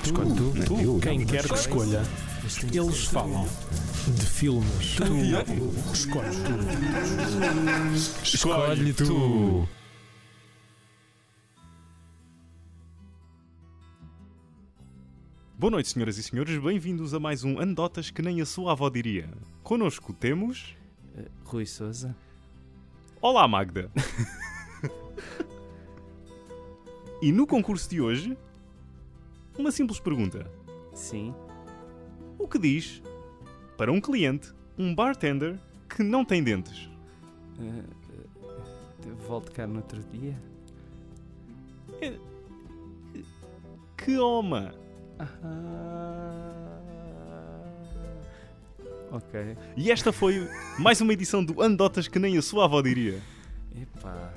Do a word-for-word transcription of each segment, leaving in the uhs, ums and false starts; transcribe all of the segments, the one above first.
Escolhe tu, Não, tu, eu. quem quer que escolha. Eles falam de filmes. Tu escolhe tu. Escolhe tu. Boa noite, senhoras e senhores. Bem-vindos a mais um Anedotas que nem a sua avó diria. Connosco temos... Uh, Rui Sousa. Olá, Magda. E no concurso de hoje, uma simples pergunta. Sim. O que diz, para um cliente, um bartender que não tem dentes? Uh, uh, volto cá no outro dia. Que homem! Ah, ok. E esta foi mais uma edição do Anedotas que nem a sua avó diria. Epá.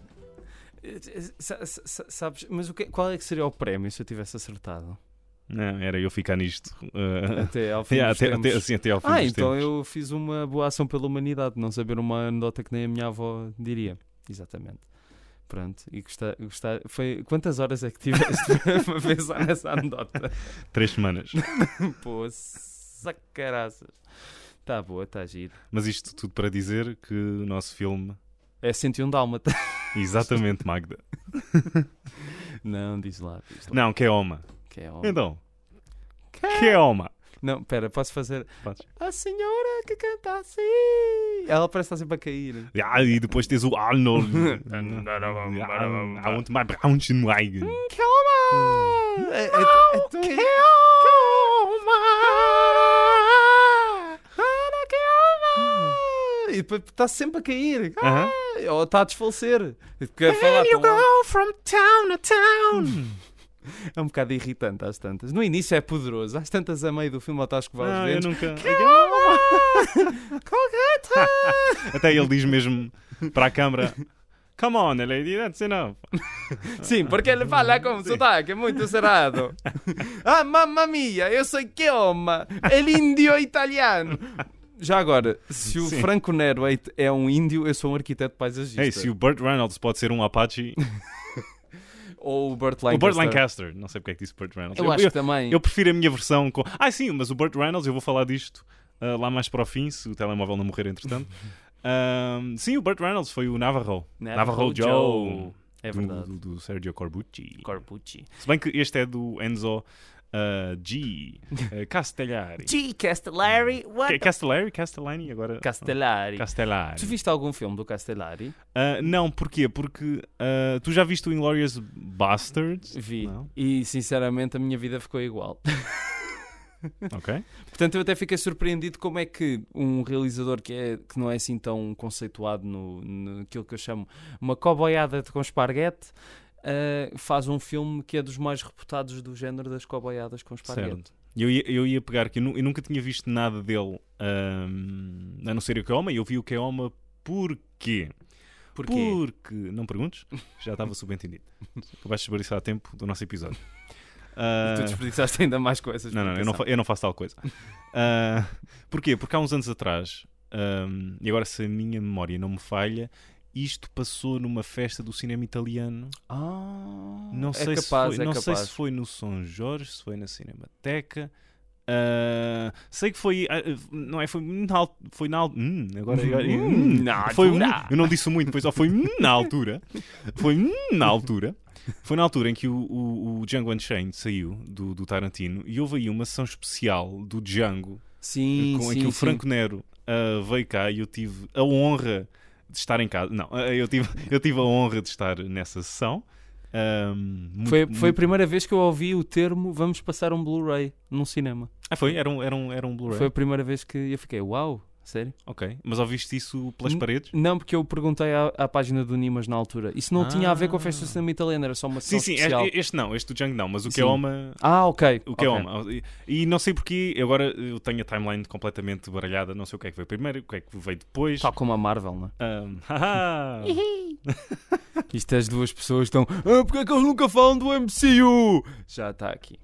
Sa- sa- Sabes, mas o que, qual é que seria o prémio se eu tivesse acertado? Não, era eu ficar nisto. Uh, Até ao fim yeah, dos até, tempos. até, assim, até ao fim Ah, dos então tempos. eu fiz uma boa ação pela humanidade, não saber uma anedota que nem a minha avó diria. Exatamente. Pronto, e gostar, gostar, foi, quantas horas é que tiveste para pensar nessa anedota? Três semanas. Pô, sacaraças. Tá boa, tá giro. Mas isto tudo para dizer que o nosso filme... É cento e um dálmata. Exatamente, Magda. Não, diz lá, diz lá. Não, que é oma. Que é homem. Então, Que... que é oma. Não, pera, posso fazer... Podes. A senhora que canta assim. Ela parece estar sempre a cair. Ah, e depois tens o Arnold. I want my Braunschweig. Que homem! É, é, é, é, Que Ana, que homem! E depois está sempre a cair. Aham. Ah, ou está a desfalecer. Quer falar tão alto. from town to town. É um bocado irritante às tantas. No início é poderoso. Às tantas, a meio do filme, ele está a escovar Não, os eu dentes. nunca... Colgate! Até ele diz mesmo para a câmara: Come on, lady, that's enough. Sim, porque ele fala com sotaque muito cerrado. Ah, mamma mia, eu sou que homem. El índio italiano. Já agora, se o Sim. Franco Nero é- é um índio, eu sou um arquiteto paisagista. Ei, se o Burt Reynolds pode ser um Apache, Ou o Burt o Lancaster. Burt Lancaster, não sei porque é que disse Burt Reynolds. Eu acho que também. eu prefiro a minha versão com... Ah, sim, mas o Burt Reynolds, eu vou falar disto uh, lá mais para o fim, se o telemóvel não morrer entretanto. Um, sim, o Burt Reynolds foi o Navarro. Navarro Joe. É do, verdade. do, do Sergio Corbucci. Corbucci. Se bem que este é do Enzo uh, G. Uh, Castellari. G. Castellari. What? Que- Castellari? Castellani? Agora... Castellari. Castellari. Tu viste algum filme do Castellari? Uh, não, porquê? Porque uh, tu já viste o Inglourious Basterds? Vi. Não? E sinceramente a minha vida ficou igual. Ok. Portanto, eu até fiquei surpreendido como é que um realizador que, é, que não é assim tão conceituado no, naquilo que eu chamo uma coboiada com esparguete uh, faz um filme que é dos mais reputados do género das coboiadas com esparguete. Certo. Eu ia, eu ia pegar que eu, nu- eu nunca tinha visto nada dele um, a não ser o Keoma, e eu vi o Keoma porquê? Porquê? Porque, não perguntes, já estava subentendido. Acabaste de esbariçar a tempo do nosso episódio. E tu Uh, desperdiçaste ainda mais coisas. Não, não, eu não, fa- eu não faço tal coisa. Uh, porquê? Porque há uns anos atrás, um, e agora se a minha memória não me falha, isto passou numa festa do cinema italiano. Ah, Não, é sei, capaz, se foi, é não capaz. sei se foi no São Jorge, se foi na Cinemateca. Uh, sei que foi. Uh, não é? Foi na, al- foi na al- hum, agora, agora- Hum, hum, na foi, altura. hum, eu não disse muito, foi só foi hum, na altura. Foi hum, na altura. Foi na altura em que o, o, o Django Unchained saiu do, do Tarantino e houve aí uma sessão especial do Django Sim, com, em sim, que o sim. Franco Nero uh, veio cá e eu tive a honra de estar em casa. Não, uh, eu tive, eu tive a honra de estar nessa sessão. Um, muito- Foi, foi a muito- primeira vez que eu ouvi o termo vamos passar um Blu-ray num cinema. Ah, foi? Era um, era um, era um Blu-ray? Foi a primeira vez que eu fiquei, uau, sério? Ok. Mas ouviste isso pelas N- paredes? Não, porque eu perguntei à, à página do Nimas na altura. Isso não tinha a ver com a festa do cinema italiano, era só uma Sim, sessão sim. especial. Este, este não. Este do Django não. Mas o Sim. Keoma... Ah, ok. O ok. Keoma. E, e não sei porquê. Agora eu tenho a timeline completamente baralhada. Não sei o que é que veio primeiro. O que é que veio depois. Tal como a Marvel, não Um, haha. é? Isto as duas pessoas estão, ah, porque é que eles nunca falam do M C U? Já está aqui.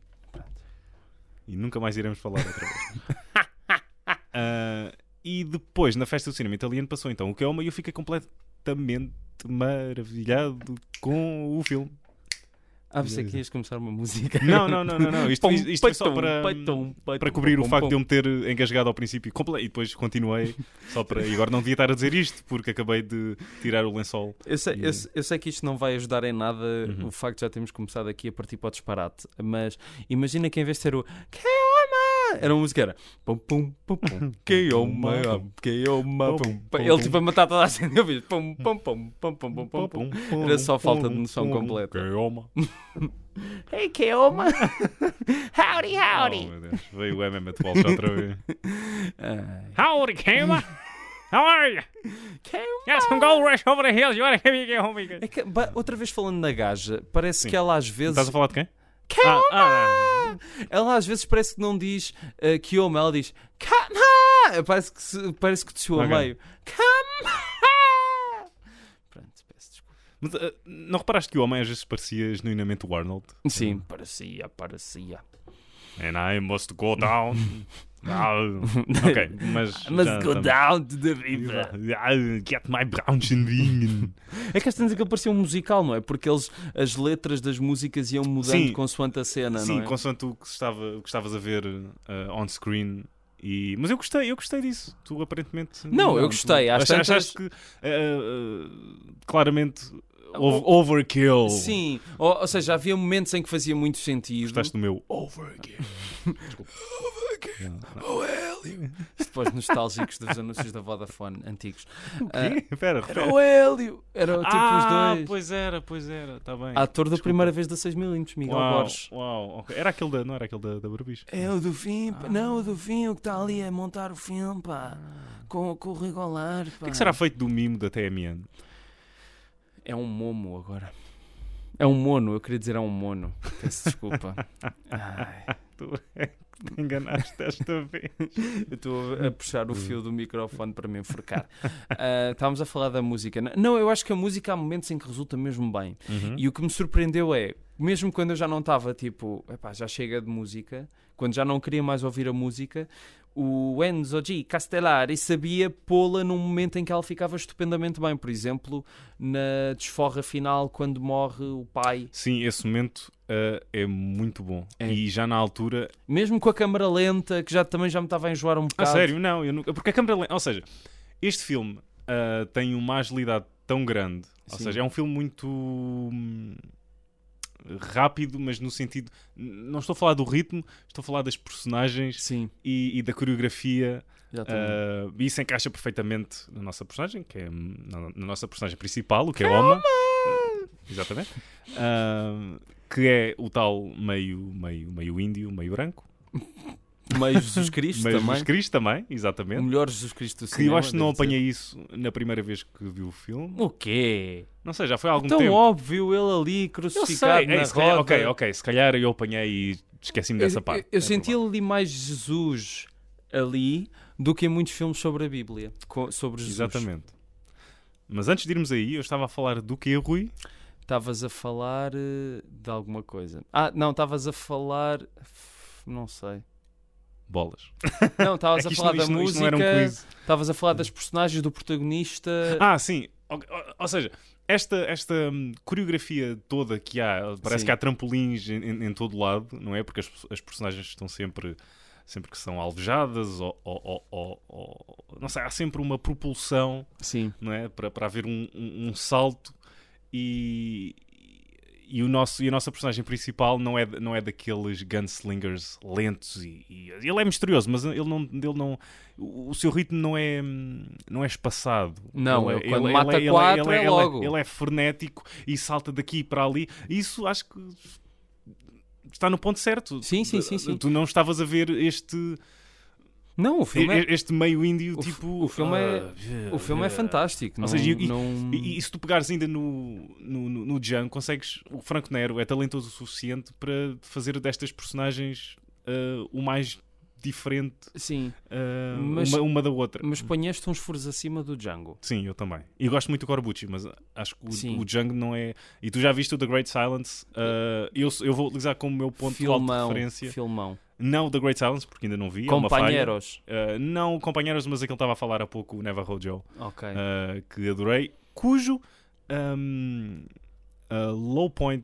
E nunca mais iremos falar outra vez. Ah, e depois, na festa do cinema italiano, passou então o Keoma e eu fiquei completamente maravilhado com o filme. Ah, pensei que ias começar uma música. Não, não, não, não, não. Isto, isto, isto foi só para, Peitom, peitom, para cobrir o pom, facto pom. de eu me ter engasgado ao princípio completo, e depois continuei só para. E agora não devia estar a dizer isto porque acabei de tirar o lençol. Eu sei, eu, eu sei que isto não vai ajudar em nada, Uhum. o facto de já termos começado aqui a partir para o disparate, mas imagina que em vez de ser o Keoma, era uma música, era pum pum pum pum, Keoma, Keoma, pum, pum. Ele tipo a matar toda a gente, eu vi pum pum pum pum pum pum pum pum. Era só falta de noção completa. Hey Keoma, howdy howdy. Oh, meu Deus. Veio o M M atual já outra vez. Ai. Howdy, Kema! How are you? Keoma. Yes, some gold rush over the hills. You wanna give me a home again? É que, ba- outra vez falando na gaja, parece Sim. que ela às vezes Estás a falar de quem? Keoma! Ah, Ela às vezes parece que não diz uh, Keoma, ela diz Kama! Parece que, se, parece que desceu a Ok. meio. Kama! Pronto, peço desculpa. Mas, ah, não reparaste que o homem às vezes parecia genuinamente o Arnold? Sim, parecia, parecia. And I must go down. Ah, ok, mas. I must já go estamos- down to the river. Ah, Get my Braunschweig. É que esta dizer que ele parecia um musical, não é? Porque eles, as letras das músicas iam mudando Sim. consoante a cena, Sim, não é? consoante o que, estava, o que estavas a ver ah, on screen. E... Mas eu gostei, eu gostei disso. Tu aparentemente. Não, eu gostei. Às Achaste, tantas- achaste que ah, ah, claramente ov- overkill. Sim, ou, ou seja, havia momentos em que fazia muito sentido. Gostaste do meu overkill. Desculpa. Oh, Hélio! Depois nostálgicos dos anúncios da Vodafone antigos. Ah, Espera, era o Hélio! Era tipo ah, os dois. pois era, pois era, está bem. Ator da Desculpa. primeira vez da seis milímetros, Miguel Uau, Borges. uau, ok. Era aquele da, não era aquele da, da Barbicha? É o do fim, pá. Não, o do fim, o que está ali a montar o filme, pá. Com, com o Rigolar, pá. O que é que será feito do mimo da T M N? É um momo agora. É um mono, eu queria dizer é um mono. Peço desculpa. Ai, Tu é que te enganaste desta vez. eu estou a puxar o fio do microfone para me enforcar. Ah, estávamos a falar da música. Não, eu acho que a música há momentos em que resulta mesmo bem. Uhum. E o que me surpreendeu é, mesmo quando eu já não estava tipo, epá, já chega de música, quando já não queria mais ouvir a música, o Enzo G. Castellari sabia pô-la num momento em que ela ficava estupendamente bem. Por exemplo, na desforra final, quando morre o pai. Sim, esse momento uh, é muito bom. É. E já na altura. Mesmo com a câmara lenta, que já, também já me estava a enjoar um Ah, bocado. sério? Não, eu nunca. Porque a câmera. Ou seja, este filme uh, tem uma agilidade tão grande. Ou Sim. seja, é um filme muito. hum, rápido, mas no sentido. Não estou a falar do ritmo, estou a falar das personagens Sim, e, e da coreografia. exatamente. Uh, e isso encaixa perfeitamente na nossa personagem, que é na, na nossa personagem principal, o que é Oma. Uh, exatamente. Uh, que é o tal meio, meio, meio índio, meio branco. Meio Jesus Cristo meio também. Jesus Cristo também, O exatamente. melhor Jesus Cristo do Que cinema, eu acho que não deve dizer. apanhei isso na primeira vez que vi o filme. O quê? Não sei, já foi há algum Tão tempo. óbvio ele ali Eu crucificado sei, na é, se calhar, roda. ok, ok, se calhar eu apanhei e esqueci-me dessa eu, parte. Eu, eu Não é senti problema. ali mais Jesus ali do que em muitos filmes sobre a Bíblia. co- Sobre Jesus. Exatamente. Mas antes de irmos aí, eu estava a falar do que, Rui? Estavas a falar eh, de alguma coisa. Ah, não, estavas a falar... Não sei. Bolas. Não, estavas É a que isto falar não- da isto não- isto não era um música. quiz. Estavas a falar das personagens, do protagonista. Ah, sim. Ou, ou- ou seja, esta, esta hum, coreografia toda que há, parece Sim. que há trampolins em, em- em todo lado, não é? Porque as, as personagens estão sempre, sempre que são alvejadas ou, ou- ou- ou- ou- não sei, há sempre uma propulsão, Sim. não é? Para, para haver um, um- um salto e, e, o nosso, e a nossa personagem principal não é, não é daqueles gunslingers lentos e, e ele é misterioso, mas ele não, ele não o o seu ritmo não é, não é espaçado. Não, ele, é quando mata quatro, é ele, logo. ele é frenético e salta daqui para ali. Isso acho que está no ponto certo. Sim, sim, sim, sim. Tu não estavas a ver este, Não, o filme é, este meio índio o f- tipo. o filme é- ah, o filme é ah. fantástico. Ou não, seja, e- não... E, e se tu pegares ainda no, no, no, no Django, consegues. O Franco Nero é talentoso o suficiente para fazer destas personagens ah, o mais diferente Sim, ah, Mas- uma, uma da outra. mas ponheste uns furos acima do Django. Sim, eu também. E gosto muito do Corbucci, mas acho que Sim. o, o Django não é. E tu já viste o The Great Silence? ah, eu, eu vou utilizar como meu ponto alto de Filmão, referência. filmão. Não o The Great Silence, porque ainda não vi. é uma falha. Companheiros. Ah, não companheiros, mas aquele estava a falar há pouco, o Navajo Joe. Ok. Uh, que adorei, cujo um, uh, low point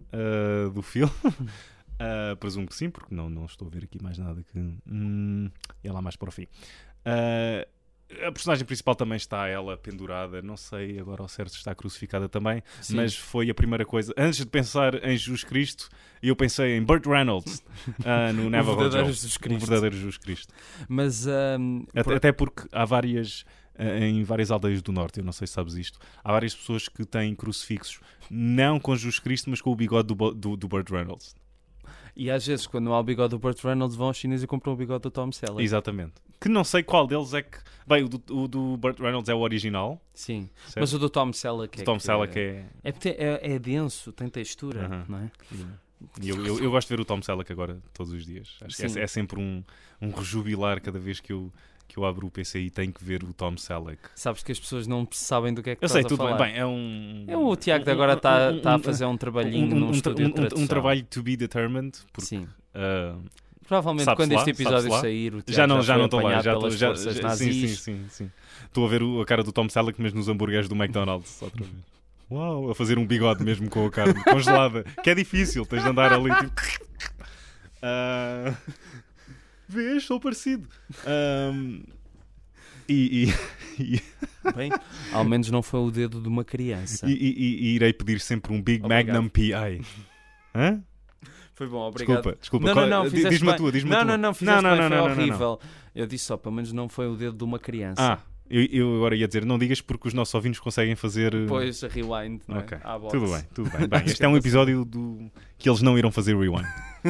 uh, do filme. Uh, presumo que sim, porque não, não estou a ver aqui mais nada que... Hum, é lá mais para o fim. Uh, a personagem principal também está ela pendurada, não sei agora ao certo se está crucificada também, sim. Mas foi a primeira coisa. Antes de pensar em Jesus Cristo, eu pensei em Burt Reynolds uh, no Navajo Joe, o verdadeiro Jesus Cristo. Mas, um, até, por... até porque há várias... em várias aldeias do norte, eu não sei se sabes isto, há várias pessoas que têm crucifixos não com Jesus Cristo, mas com o bigode do, do, do Burt Reynolds. E às vezes, quando não há o bigode do Burt Reynolds, vão aos chineses e compram o bigode do Tom Selleck. Exatamente. Que não sei qual deles é que... Bem, o do, o do Burt Reynolds é o original. Sim, certo? mas o do Tom Selleck é... O Tom que... Selleck é... É, é, é denso, tem textura, uh-huh. não é? E eu, eu, eu gosto de ver o Tom Selleck agora todos os dias. Acho que é, é sempre um, um rejubilar cada vez que eu... que eu abro o P C e tenho que ver o Tom Selleck. Sabes que as pessoas não sabem do que é que eu estás sei, tudo a falar. Bem, bem, é um... É o Tiago de agora está um, um, a fazer um trabalhinho um, um, num estúdio um, de tradução. Um, um trabalho to be determined. Porque, sim. Uh, provavelmente quando lá, este episódio sair, o Tiago já não já, já não estou lá. Já estou já, já, já, sim, sim, sim, sim. Estou a ver a cara do Tom Selleck, mas nos hambúrgueres do McDonald's. Outra vez. Uau, a fazer um bigode mesmo com a carne congelada. Que é difícil, tens de andar ali tipo... Uh, vês, sou parecido. Um, E, e, e... Bem, ao menos não foi o dedo de uma criança. E, e, e irei pedir sempre um Big obrigado. Magnum P I. Hã? Foi bom, obrigado. Desculpa, desculpa. Não, não, não, diz-me a tua, diz-me não, a tua. Não, não, fizeste não, não, bem, não, foi não, horrível. Não, não. Eu disse só, pelo menos não foi o dedo de uma criança. Ah, eu, eu agora ia dizer, não digas porque os nossos ouvintes conseguem fazer... Pois, a rewind, não é? Okay. Ah, tudo bem, tudo bem. bem este é um episódio do... que eles não irão fazer rewind.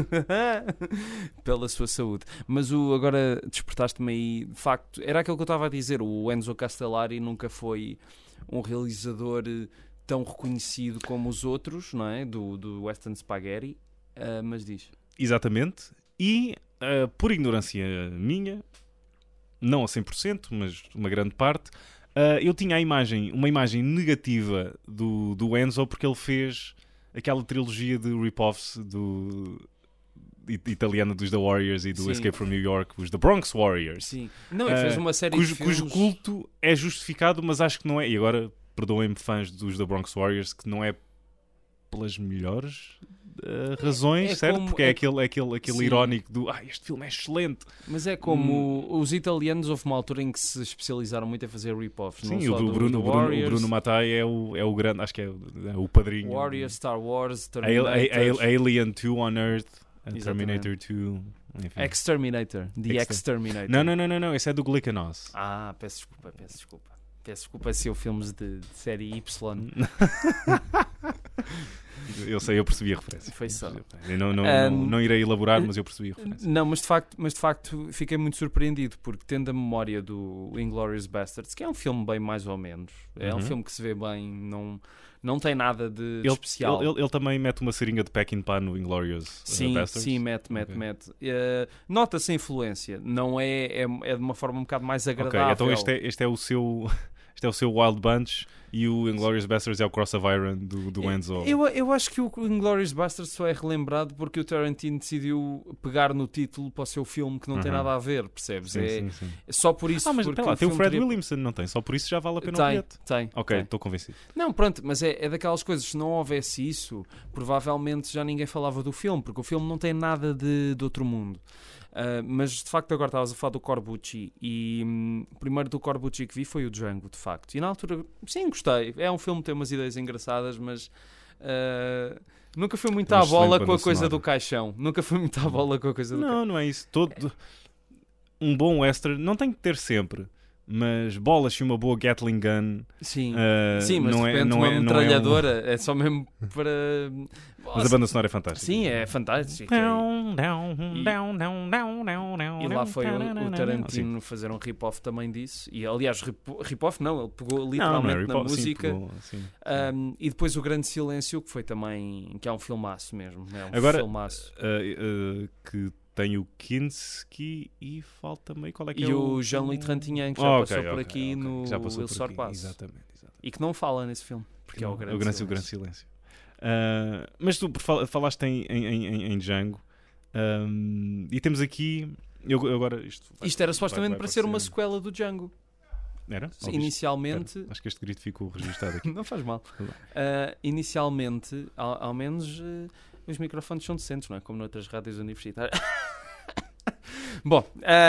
Pela sua saúde. Mas o, agora despertaste-me aí, de facto, era aquilo que eu estava a dizer, o Enzo Castellari nunca foi um realizador tão reconhecido como os outros, não é? Do, do Western Spaghetti, uh, mas diz. Exatamente, e uh, por ignorância minha, não a cem por cento, mas uma grande parte, uh, eu tinha a imagem, uma imagem negativa do, do Enzo porque ele fez aquela trilogia de rip-offs do... italiana dos The Warriors e do Sim. Escape from New York, os The Bronx Warriors. Sim. Não, ele fez uma série uh, cujo, de filmes... cujo culto é justificado, mas acho que não é. E agora, perdoem-me fãs dos The Bronx Warriors, que não é pelas melhores uh, razões, é certo? como, Porque é, é aquele, aquele, aquele irónico do ah, este filme é excelente. Mas é como hum. os italianos, houve uma altura em que se especializaram muito em fazer rip-offs. Sim, não o só do Bruno, do Bruno, o Bruno Mattei é o, é o grande, acho que é o, é o padrinho. Warriors, Star Wars, Terminator. A, a, a, Alien two on Earth. Terminator two. Enfim. Exterminator. The Exter- Exterminator. Não, não, não, não, não. Esse é do Glickanos. Ah, peço desculpa, peço desculpa. Peço desculpa se eu filmes de, de série Y. Eu sei, eu percebi a referência. Foi só. Eu não, não, um, não, não irei elaborar, mas eu percebi a referência. Não, mas de facto, mas de facto fiquei muito surpreendido, porque tendo a memória do Inglourious Basterds, que é um filme bem mais ou menos, é uhum. um filme que se vê bem, não, não tem nada de, de ele, especial. Ele, ele, ele também mete uma seringa de Peckinpah no Inglourious sim, Basterds? Sim, mete, mete, okay. mete. Uh, nota-se a influência, não é, é, é de uma forma um bocado mais agradável. Ok, então este é, este é o seu... Este é o seu Wild Bunch e o Inglourious Basterds é o Cross of Iron do, do Enzo. Eu, eu acho que o Inglourious Basterds só é relembrado porque o Tarantino decidiu pegar no título para o seu filme que não uh-huh. tem nada a ver, percebes? Sim, é, sim, sim. é só por isso. Ah, mas porque lá, o tem o Fred teria... Williamson, não tem? Só por isso já vale a pena tem, o bilhete. Tem, Ok, tem. estou convencido. Não, pronto, mas é, é daquelas coisas, se não houvesse isso, provavelmente já ninguém falava do filme, porque o filme não tem nada de, de outro mundo. Uh, mas de facto agora estavas a falar do Corbucci e um, o primeiro do Corbucci que vi foi o Django, de facto, e na altura sim, gostei, é um filme que tem umas ideias engraçadas, mas uh, nunca fui muito à bola com a coisa sonora. do caixão, nunca fui muito à bola com a coisa do não, caixão. Não, é isso, todo um bom western não tem que ter sempre, mas bolas e uma boa Gatling Gun. Sim, uh, sim, mas não de repente é, não uma é, metralhadora não é, um... é só mesmo para... Mas a banda sonora é fantástica. Sim, é fantástica. Down, down, e, down, down, down, down, e lá foi o, o Tarantino fazer um rip-off também disso. E aliás, rip-off não, ele pegou literalmente não, não é na música. Sim, pegou, sim, um, e depois o Grande Silêncio, que foi também, que é um filmaço mesmo. É um Agora, filmaço. Uh, uh, que tem o Kinski e falta meio qual é que e é o... o Jean-Louis Trintignant, que já oh, passou okay, por okay, aqui okay. no já passou Il Sor Passe. Exatamente, exatamente. E que não fala nesse filme, porque não, é o Grande, o grande, Silêncio. O grande Silêncio. Uh, mas tu falaste em, em, em, em Django um, e temos aqui eu, agora isto, vai, isto era supostamente vai, vai para ser uma sequela do Django. Era? Sim, Ouviste? inicialmente... Espera, acho que este grito ficou registado aqui. Não faz mal. Uh, inicialmente, ao, ao menos, uh, os microfones são decentes, não é? Como noutras rádios universitárias. Bom,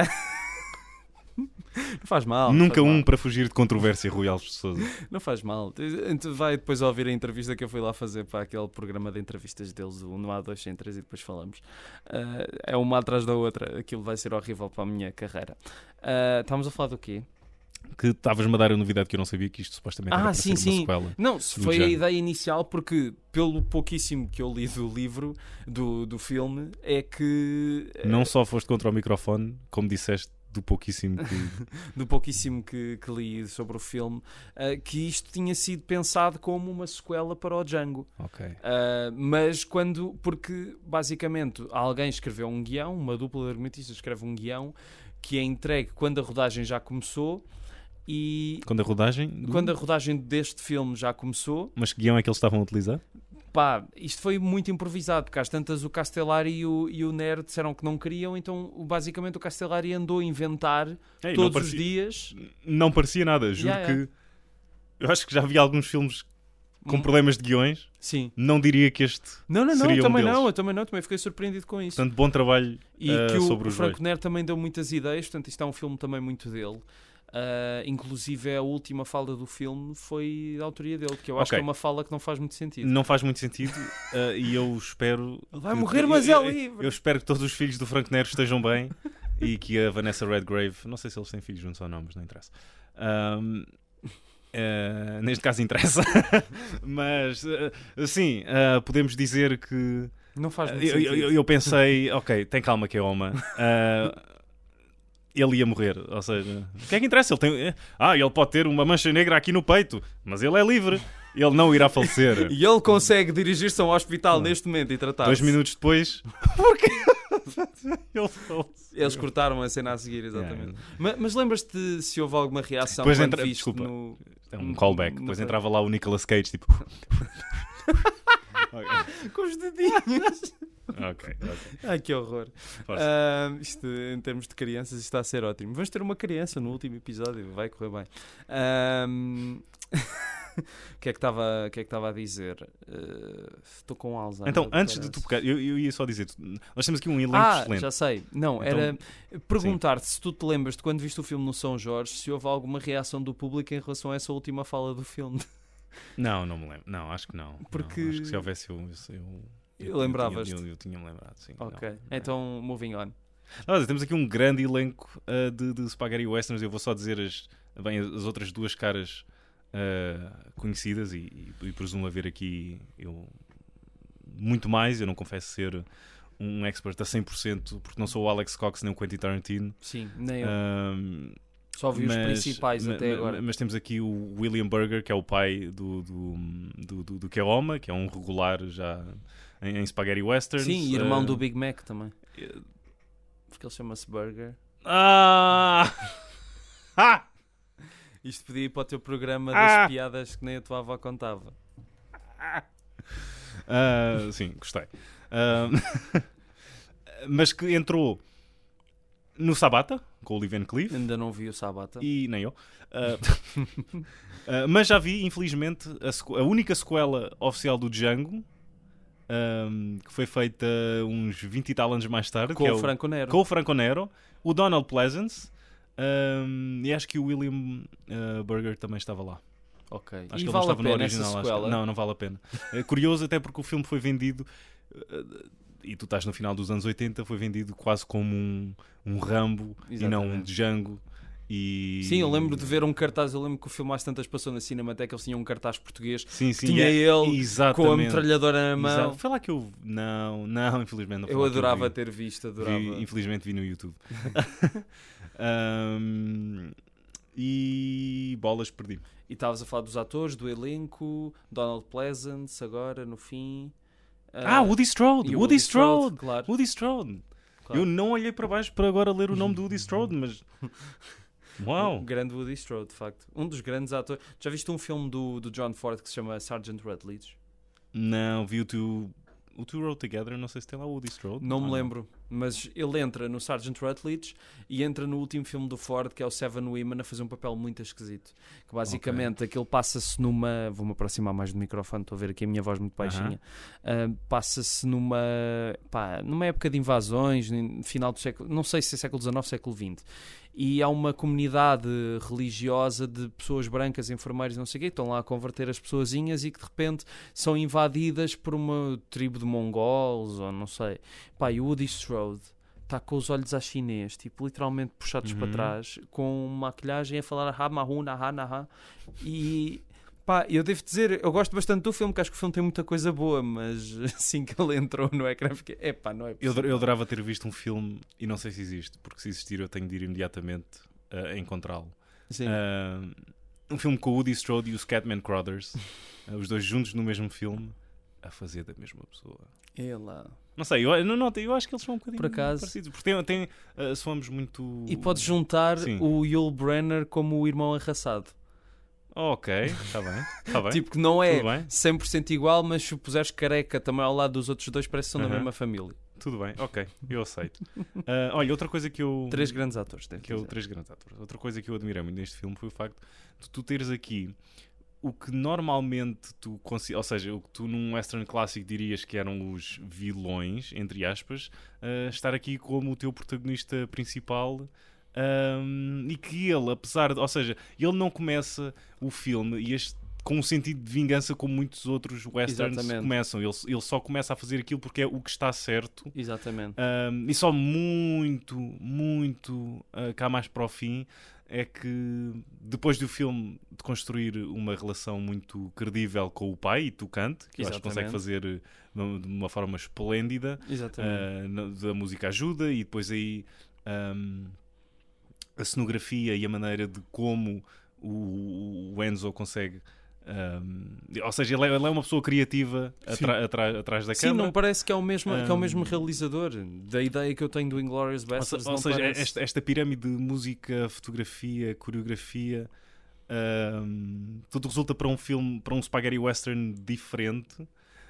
uh... não faz mal. Não Nunca faz um mal. para fugir de controvérsia, Rui Alves de Sousa. Não faz mal. Tu vai depois ouvir a entrevista que eu fui lá fazer para aquele programa de entrevistas deles, o No A dois sem três, e depois falamos. Uh, é uma atrás da outra. Aquilo vai ser horrível para a minha carreira. Uh, estamos a falar do quê? Que estavas-me a dar a novidade que eu não sabia, que isto supostamente era Ah, para sim, ser uma sim. sequela. Não, se do foi a Django. ideia inicial, porque pelo pouquíssimo que eu li do livro, do, do filme, é que... Não só foste contra o microfone, como disseste, do pouquíssimo que... do pouquíssimo que, que li sobre o filme, uh, que isto tinha sido pensado como uma sequela para o Django. Ok. Uh, mas quando... Porque, basicamente, alguém escreveu um guião, uma dupla de argumentistas escreve um guião, que é entregue quando a rodagem já começou, e... Quando a rodagem... do- Quando a rodagem deste filme já começou, Mas que guião é que eles estavam a utilizar? pá, isto foi muito improvisado, porque às tantas o Castellari e o, e o Nero disseram que não queriam, então o- basicamente o Castellari andou a inventar Ei, não todos os parecia- dias. Não parecia nada, juro Yeah, yeah. que... Eu acho que já vi alguns filmes com Hum. problemas de guiões. Sim. Não diria que este... Não, não, não, Seria eu um também deles. não, eu também não, também fiquei surpreendido com isso. Portanto, bom trabalho E uh, que o, sobre o os Franco dois. Nero também deu muitas ideias, portanto isto é um filme também muito dele. Uh, inclusive a última fala do filme foi da autoria dele, que eu acho Ok. que é uma fala que não faz muito sentido. Não faz muito sentido uh, e eu espero... Ele vai que- morrer, eu- mas eu, é eu- livre. Eu espero que todos os filhos do Franco Nero estejam bem e que a Vanessa Redgrave... Não sei se eles têm filhos juntos ou não, mas não interessa. Um, uh, neste caso interessa. Mas, uh, sim, uh, podemos dizer que... Não faz muito Eu, sentido. eu, eu pensei, ok, tem calma que é uma. Uh, ele ia morrer, ou seja, o que é que interessa? Ele tem, ah, ele pode ter uma mancha negra aqui no peito, mas ele é livre, ele não irá falecer. E ele consegue dirigir-se a um hospital neste momento e tratar-se. Dois minutos depois, porque ele faleceu. Eles cortaram a cena a seguir, exatamente. Yeah. Mas, mas lembras-te se houve alguma reação Depois quando entra- viste desculpa. no... É um callback. Não Depois foi. entrava lá o Nicolas Cage, tipo. Ok, com os dedinhos? ok. ok. Ai, que horror. Força. Ah, isto, em termos de crianças, isto está a ser ótimo. Vamos ter uma criança no último episódio, vai correr bem. Ahm, O que é que estava o que é que estava a dizer? Ah, Estou com Alzheimer. Então, antes de parece. tu pegar, eu, eu ia só dizer, nós temos aqui um elenco Ah, excelente. já sei. Não, Então, era perguntar-te se tu te lembras de quando viste o filme no São Jorge, se houve alguma reação do público em relação a essa última fala do filme. Não, não me lembro. Não, acho que não. Porque- Não, acho que se houvesse eu. eu, eu Lembravas-te? Eu, eu, eu tinha-me lembrado, sim. Ok, Não. então moving on. Ah, temos aqui um grande elenco uh, de, de Spaghetti Westerns. Eu vou só dizer as, bem, as outras duas caras uh, conhecidas e, e, e presumo haver aqui eu, muito mais. Eu não confesso ser um expert a cem por cento porque não sou o Alex Cox nem o Quentin Tarantino. Sim, nem eu. Um, Só vi os principais ma- até ma- agora. Mas temos aqui o William Burger, que é o pai do, do, do, do, do Keoma, que é um regular já em, em Spaghetti Westerns. Sim, e irmão Uh, do Big Mac também. Porque ele chama-se Burger. Ah! Ah! Isto podia ir para o teu programa Ah! das piadas que nem a tua avó contava. Ah, sim, gostei. Ah, mas que entrou no Sabata, com o Lee Van Cleef, Ainda não vi o Sabata. e nem eu. Ah, ah, mas já vi, infelizmente, a, sequ- a única sequela oficial do Django, ahm, que foi feita uns vinte e tal anos mais tarde, Com que é o Franco Nero. com o Franco Nero, o Donald Pleasance, ahm, e acho que o William ah, Burger também estava lá. Ok. Acho E que ele não vale a estava no pena essa original. acho que- sequela? Não, não vale a pena. É curioso até porque o filme foi vendido, uh, e tu estás no final dos anos oitenta, foi vendido quase como um, um Rambo e não um Exatamente. Django. E... Sim, eu lembro de ver um cartaz. Eu lembro que o filme às tantas passou na Cinemateca. Eles tinham um cartaz português. Sim, sim, Tinha é- ele exatamente. com a metralhadora na mão. Exato. Foi lá que eu... Não, não, infelizmente não foi Eu lá que adorava vi. ter visto, adorava. Vi, infelizmente vi no YouTube. Ahm, e bolas perdi. E estavas a falar dos atores, do elenco, Donald Pleasance, agora no fim. Ah, Woody Strode! e o Woody Strode! claro. Woody Strode! claro. Eu não olhei para baixo para agora ler o nome do Woody Strode, mas... Uau! Um grande Woody Strode, de facto. Um dos grandes atores. Já viste um filme do, do John Ford que se chama Sergeant Rutledge? Não, vi o Two... O Two Road Together, não sei se tem lá o Woody Strode. Não me Ah, lembro. Mas ele entra no Sergeant Rutledge e entra no último filme do Ford, que é o Seven Women, a fazer um papel muito esquisito. Que basicamente okay. aquilo passa-se numa... Vou-me aproximar mais do microfone, estou a ver aqui a minha voz muito baixinha. Uh-huh. Uh, passa-se numa... Pá, numa época de invasões, no final do século... Não sei se é século dezenove ou século vinte. E há uma comunidade religiosa de pessoas brancas, enfermeiros, não sei o quê, que estão lá a converter as pessoazinhas e que de repente são invadidas por uma tribo de mongols, ou não sei. Pá, e o Woody Strode está com os olhos à chinês, tipo, literalmente puxados uhum. para trás, com maquilhagem a falar ha, mahuna, ha, naha. E... Pá, eu devo dizer, eu gosto bastante do filme, que acho que o filme tem muita coisa boa, mas assim que ele entrou no ecrã, fiquei, epá, não é possível. Eu, eu adorava ter visto um filme, e não sei se existe, porque se existir eu tenho de ir imediatamente uh, a encontrá-lo. Sim. Uh, um filme com o Woody Strode e os Scatman Crothers, uh, os dois juntos no mesmo filme, a fazer da mesma pessoa. É lá. Não sei, eu, não, não, eu acho que eles são um bocadinho Por acaso. parecidos, porque tem, tem, uh, somos muito... E podes juntar Sim. o Yul Brynner como o irmão arraçado. Ok, está bem, tá bem. Tipo que não é cem por cento igual, mas se puseres careca também ao lado dos outros dois, parece que são uh-huh. da mesma família. Tudo bem, ok, eu aceito. Uh, olha, outra coisa que eu... Três grandes atores. Que eu, três grandes atores. Outra coisa que eu admirei muito neste filme foi o facto de tu teres aqui o que normalmente tu... Ou seja, o que tu num western clássico dirias que eram os vilões, entre aspas, uh, estar aqui como o teu protagonista principal... Um, e que ele, apesar de... Ou seja, ele não começa o filme e este, com um sentido de vingança como muitos outros westerns Exatamente. começam. Ele, ele só começa a fazer aquilo porque é o que está certo. Exatamente. Um, e só muito, muito uh, cá mais para o fim é que depois do filme de construir uma relação muito credível com o pai e tocante, que eu acho que consegue fazer de uma forma esplêndida. Exatamente. Uh, a música ajuda e depois aí... Um, a cenografia e a maneira de como o, o Enzo consegue... Um, ou seja, ele é, ele é uma pessoa criativa atra, atra, atrás da câmara. Sim, não parece que é o mesmo, um, que é o mesmo realizador. Da ideia que eu tenho do Inglourious Basterds. Ou, ou não seja, parece... esta, esta pirâmide de música, fotografia, coreografia, um, tudo resulta para um filme, para um spaghetti western diferente.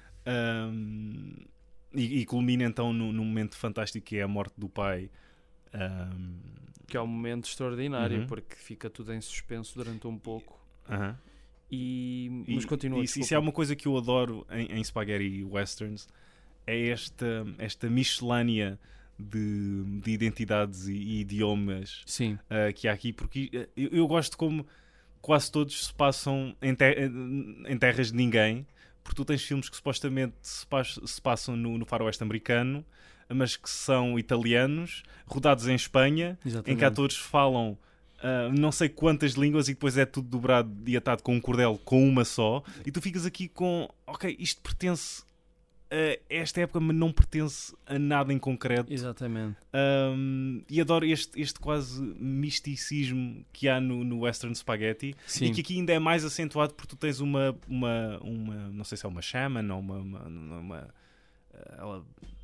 Um, e, e culmina então num, num momento fantástico que é a morte do pai. Um, que é um momento extraordinário, uh-huh. porque fica tudo em suspenso durante um pouco. Uh-huh. E, mas e, continua. Isso, isso é uma coisa que eu adoro em, em spaghetti westerns, é esta, esta miscelânea de, de identidades e, e idiomas uh, que há aqui, porque eu, eu gosto como quase todos se passam em, ter, em terras de ninguém, porque tu tens filmes que supostamente se, pas, se passam no, no faroeste americano, mas que são italianos, rodados em Espanha, Exatamente. Em que atores falam uh, não sei quantas línguas e depois é tudo dobrado e atado com um cordel com uma só, e tu ficas aqui com, ok, isto pertence a esta época, mas não pertence a nada em concreto. Exatamente. Um, e adoro este, este quase misticismo que há no, no Western Spaghetti. Sim. E que aqui ainda é mais acentuado porque tu tens uma, uma, uma não sei se é uma shaman ou uma... uma, uma, uma ela...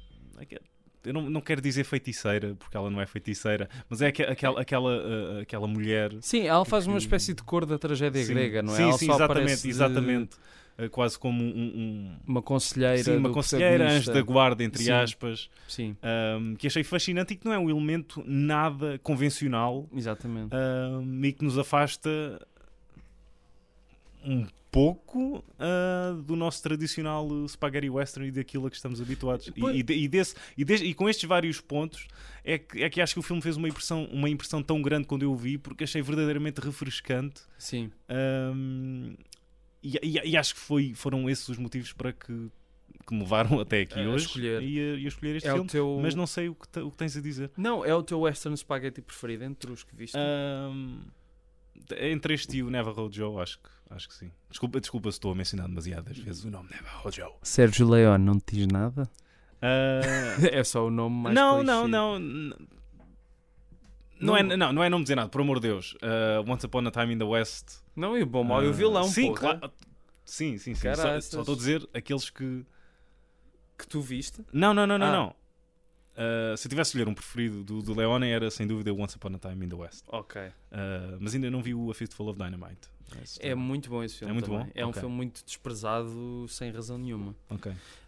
Eu não, não quero dizer feiticeira, porque ela não é feiticeira, mas é aquela, aquela, uh, aquela mulher... Sim, ela faz que... uma espécie de cor da tragédia sim, grega, não é? Sim, ela sim, só exatamente, exatamente. De... Uh, quase como um... um... Uma conselheira Sim, uma conselheira, anjo da guarda, entre sim. aspas. Sim. Um, que achei fascinante e que não é um elemento nada convencional. Exatamente. Um, e que nos afasta um pouco uh, do nosso tradicional spaghetti western e daquilo a que estamos habituados. E, e, e, desse, e, desse, e com estes vários pontos é que, é que acho que o filme fez uma impressão, uma impressão tão grande quando eu o vi, porque achei verdadeiramente refrescante. Sim. Um, e, e, e acho que foi, foram esses os motivos para que, que me levaram até aqui a hoje escolher. E, a, e a escolher este é filme, teu... mas não sei o que, te, o que tens a dizer. Não, é o teu western spaghetti preferido entre os que viste? Um, entre este e o Navajo Joe, acho que, acho que sim. Desculpa, desculpa se estou a mencionar demasiadas vezes o nome Navajo Joe. Sérgio Leone, não te diz nada? Uh... é só o nome mais não, clichê. Não, não, não. Não é, não, não é não me dizer nada, por amor de Deus. Uh, Once Upon a Time in the West. Não, e o bom, mau uh, e o vilão, sim, porra. Claro. Sim, sim, sim. Só, só estou a dizer aqueles que... Que tu viste? Não, não, não, não, ah. não. Uh, se eu tivesse de escolher um preferido do, do Leone, era sem dúvida Once Upon a Time in the West. Ok. Uh, mas ainda não vi o A Fistful of Dynamite. É, é muito bom esse filme. É muito também. bom? É um okay. filme muito desprezado sem razão nenhuma. Ok.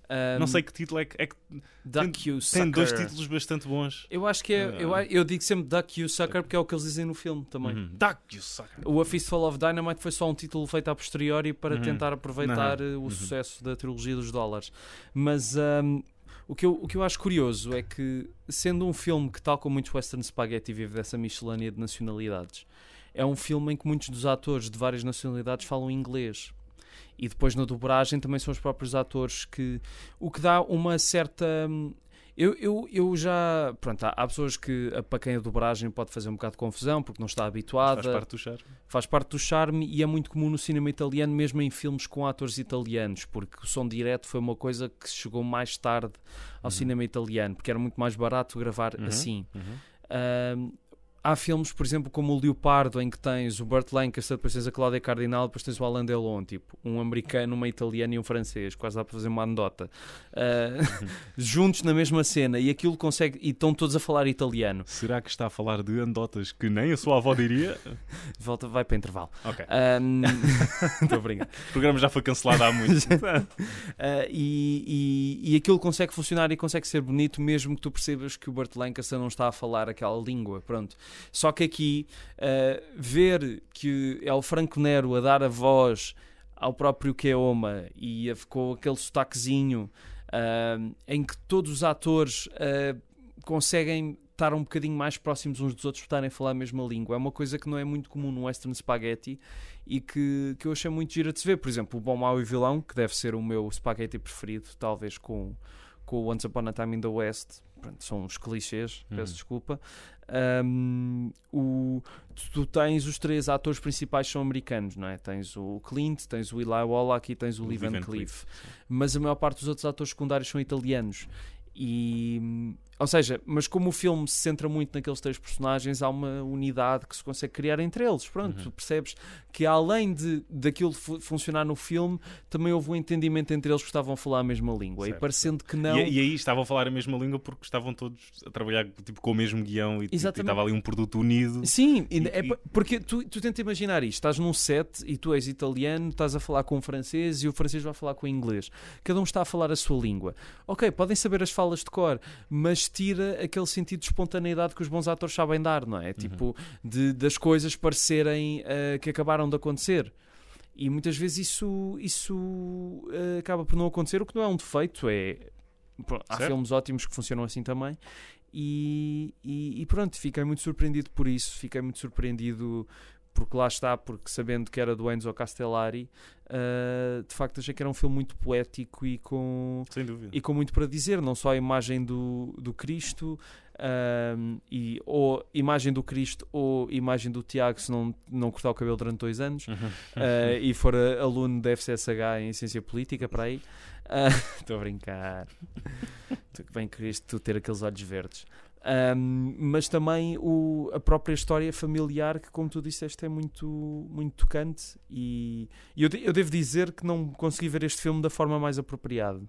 Um, Não sei que título é que... É que Duck You tem dois Sucker. títulos bastante bons. Eu acho que é. Uh, Eu, eu digo sempre Duck You Sucker porque é o que eles dizem no filme também. Uhum. Duck You Sucker. O A Fistful of Dynamite foi só um título feito a posteriori para Uhum. tentar aproveitar Uhum. o Uhum. sucesso da trilogia dos dólares. Mas um, o, que eu, o que eu acho curioso é que, sendo um filme que, tal como muitos Western Spaghetti, vive dessa miscelânea de nacionalidades, é um filme em que muitos dos atores de várias nacionalidades falam inglês. E depois na dobragem também são os próprios atores que... O que dá uma certa... Eu, eu, eu já... Pronto, há, há pessoas que, para quem a dobragem pode fazer um bocado de confusão, porque não está habituada. Faz parte do charme. Faz parte do charme e é muito comum no cinema italiano, mesmo em filmes com atores italianos, porque o som direto foi uma coisa que chegou mais tarde ao Uhum. cinema italiano, porque era muito mais barato gravar Uhum. assim. Uhum. Um, há filmes, por exemplo, como o Leopardo, em que tens o Burt Lancaster, depois tens a Cláudia Cardinal, depois tens o Alain Delon, tipo, um americano, uma italiana e um francês, quase dá para fazer uma anedota, uh, Uhum. juntos na mesma cena, e aquilo consegue, e estão todos a falar italiano. Será que está a falar de anedotas que nem a sua avó diria? Volta, vai para intervalo. Ok. Um, Estou a brincar. O programa já foi cancelado há muito. Uh, e, e, e aquilo consegue funcionar e consegue ser bonito, mesmo que tu percebas que o Burt Lancaster não está a falar aquela língua, pronto. Só que aqui, uh, ver que é o Franco Nero a dar a voz ao próprio Keoma e a, com aquele sotaquezinho, uh, em que todos os atores uh, conseguem estar um bocadinho mais próximos uns dos outros por estarem a falar a mesma língua. É uma coisa que não é muito comum no Western Spaghetti e que, que eu achei muito gira de se ver. Por exemplo, o Bom, Mau e Vilão, que deve ser o meu spaghetti preferido, talvez com, com o Once Upon a Time in the West. Pronto, são uns clichês, Uhum. peço desculpa. Um, o, tu, tu tens os três atores principais são americanos, não é? Tens o Clint, tens o Eli Wallach e tens o, O Lee Van Van Cleef. Mas a maior parte dos outros atores secundários são italianos. E, ou seja, mas como o filme se centra muito naqueles três personagens, há uma unidade que se consegue criar entre eles. Pronto, Uhum. tu percebes que além de, daquilo fu- funcionar no filme, também houve um entendimento entre eles que estavam a falar a mesma língua. Certo. E parecendo que não... E, e aí estavam a falar a mesma língua porque estavam todos a trabalhar tipo, com o mesmo guião e, tipo, e Exatamente. estava ali um produto unido. Sim, e- E- é e- pa- porque tu, tu tenta imaginar isto, estás num set e tu és italiano, estás a falar com um francês e o francês vai falar com o inglês. Cada um está a falar a sua língua. Ok, podem saber as falas de cor, mas tira aquele sentido de espontaneidade que os bons atores sabem dar, não é? Tipo, de, das coisas parecerem uh, que acabaram de acontecer. E muitas vezes isso, isso uh, acaba por não acontecer, o que não é um defeito, é... Pronto, há Certo. filmes ótimos que funcionam assim também. E, e, e pronto, fiquei muito surpreendido por isso, fiquei muito surpreendido porque lá está, porque sabendo que era do Enzo Castellari, uh, de facto achei que era um filme muito poético e com, Sem dúvida. e com muito para dizer, não só a imagem do, do Cristo, um, e, ou imagem do Cristo ou imagem do Tiago se não, não cortar o cabelo durante dois anos, Uhum. uh, e for a- aluno da F C S H em Ciência Política, para aí. Estou a brincar. Tu que bem querias tu ter aqueles olhos verdes. Um, mas também o, a própria história familiar que, como tu disseste, é muito, muito tocante e, e eu, de- eu devo dizer que não consegui ver este filme da forma mais apropriada.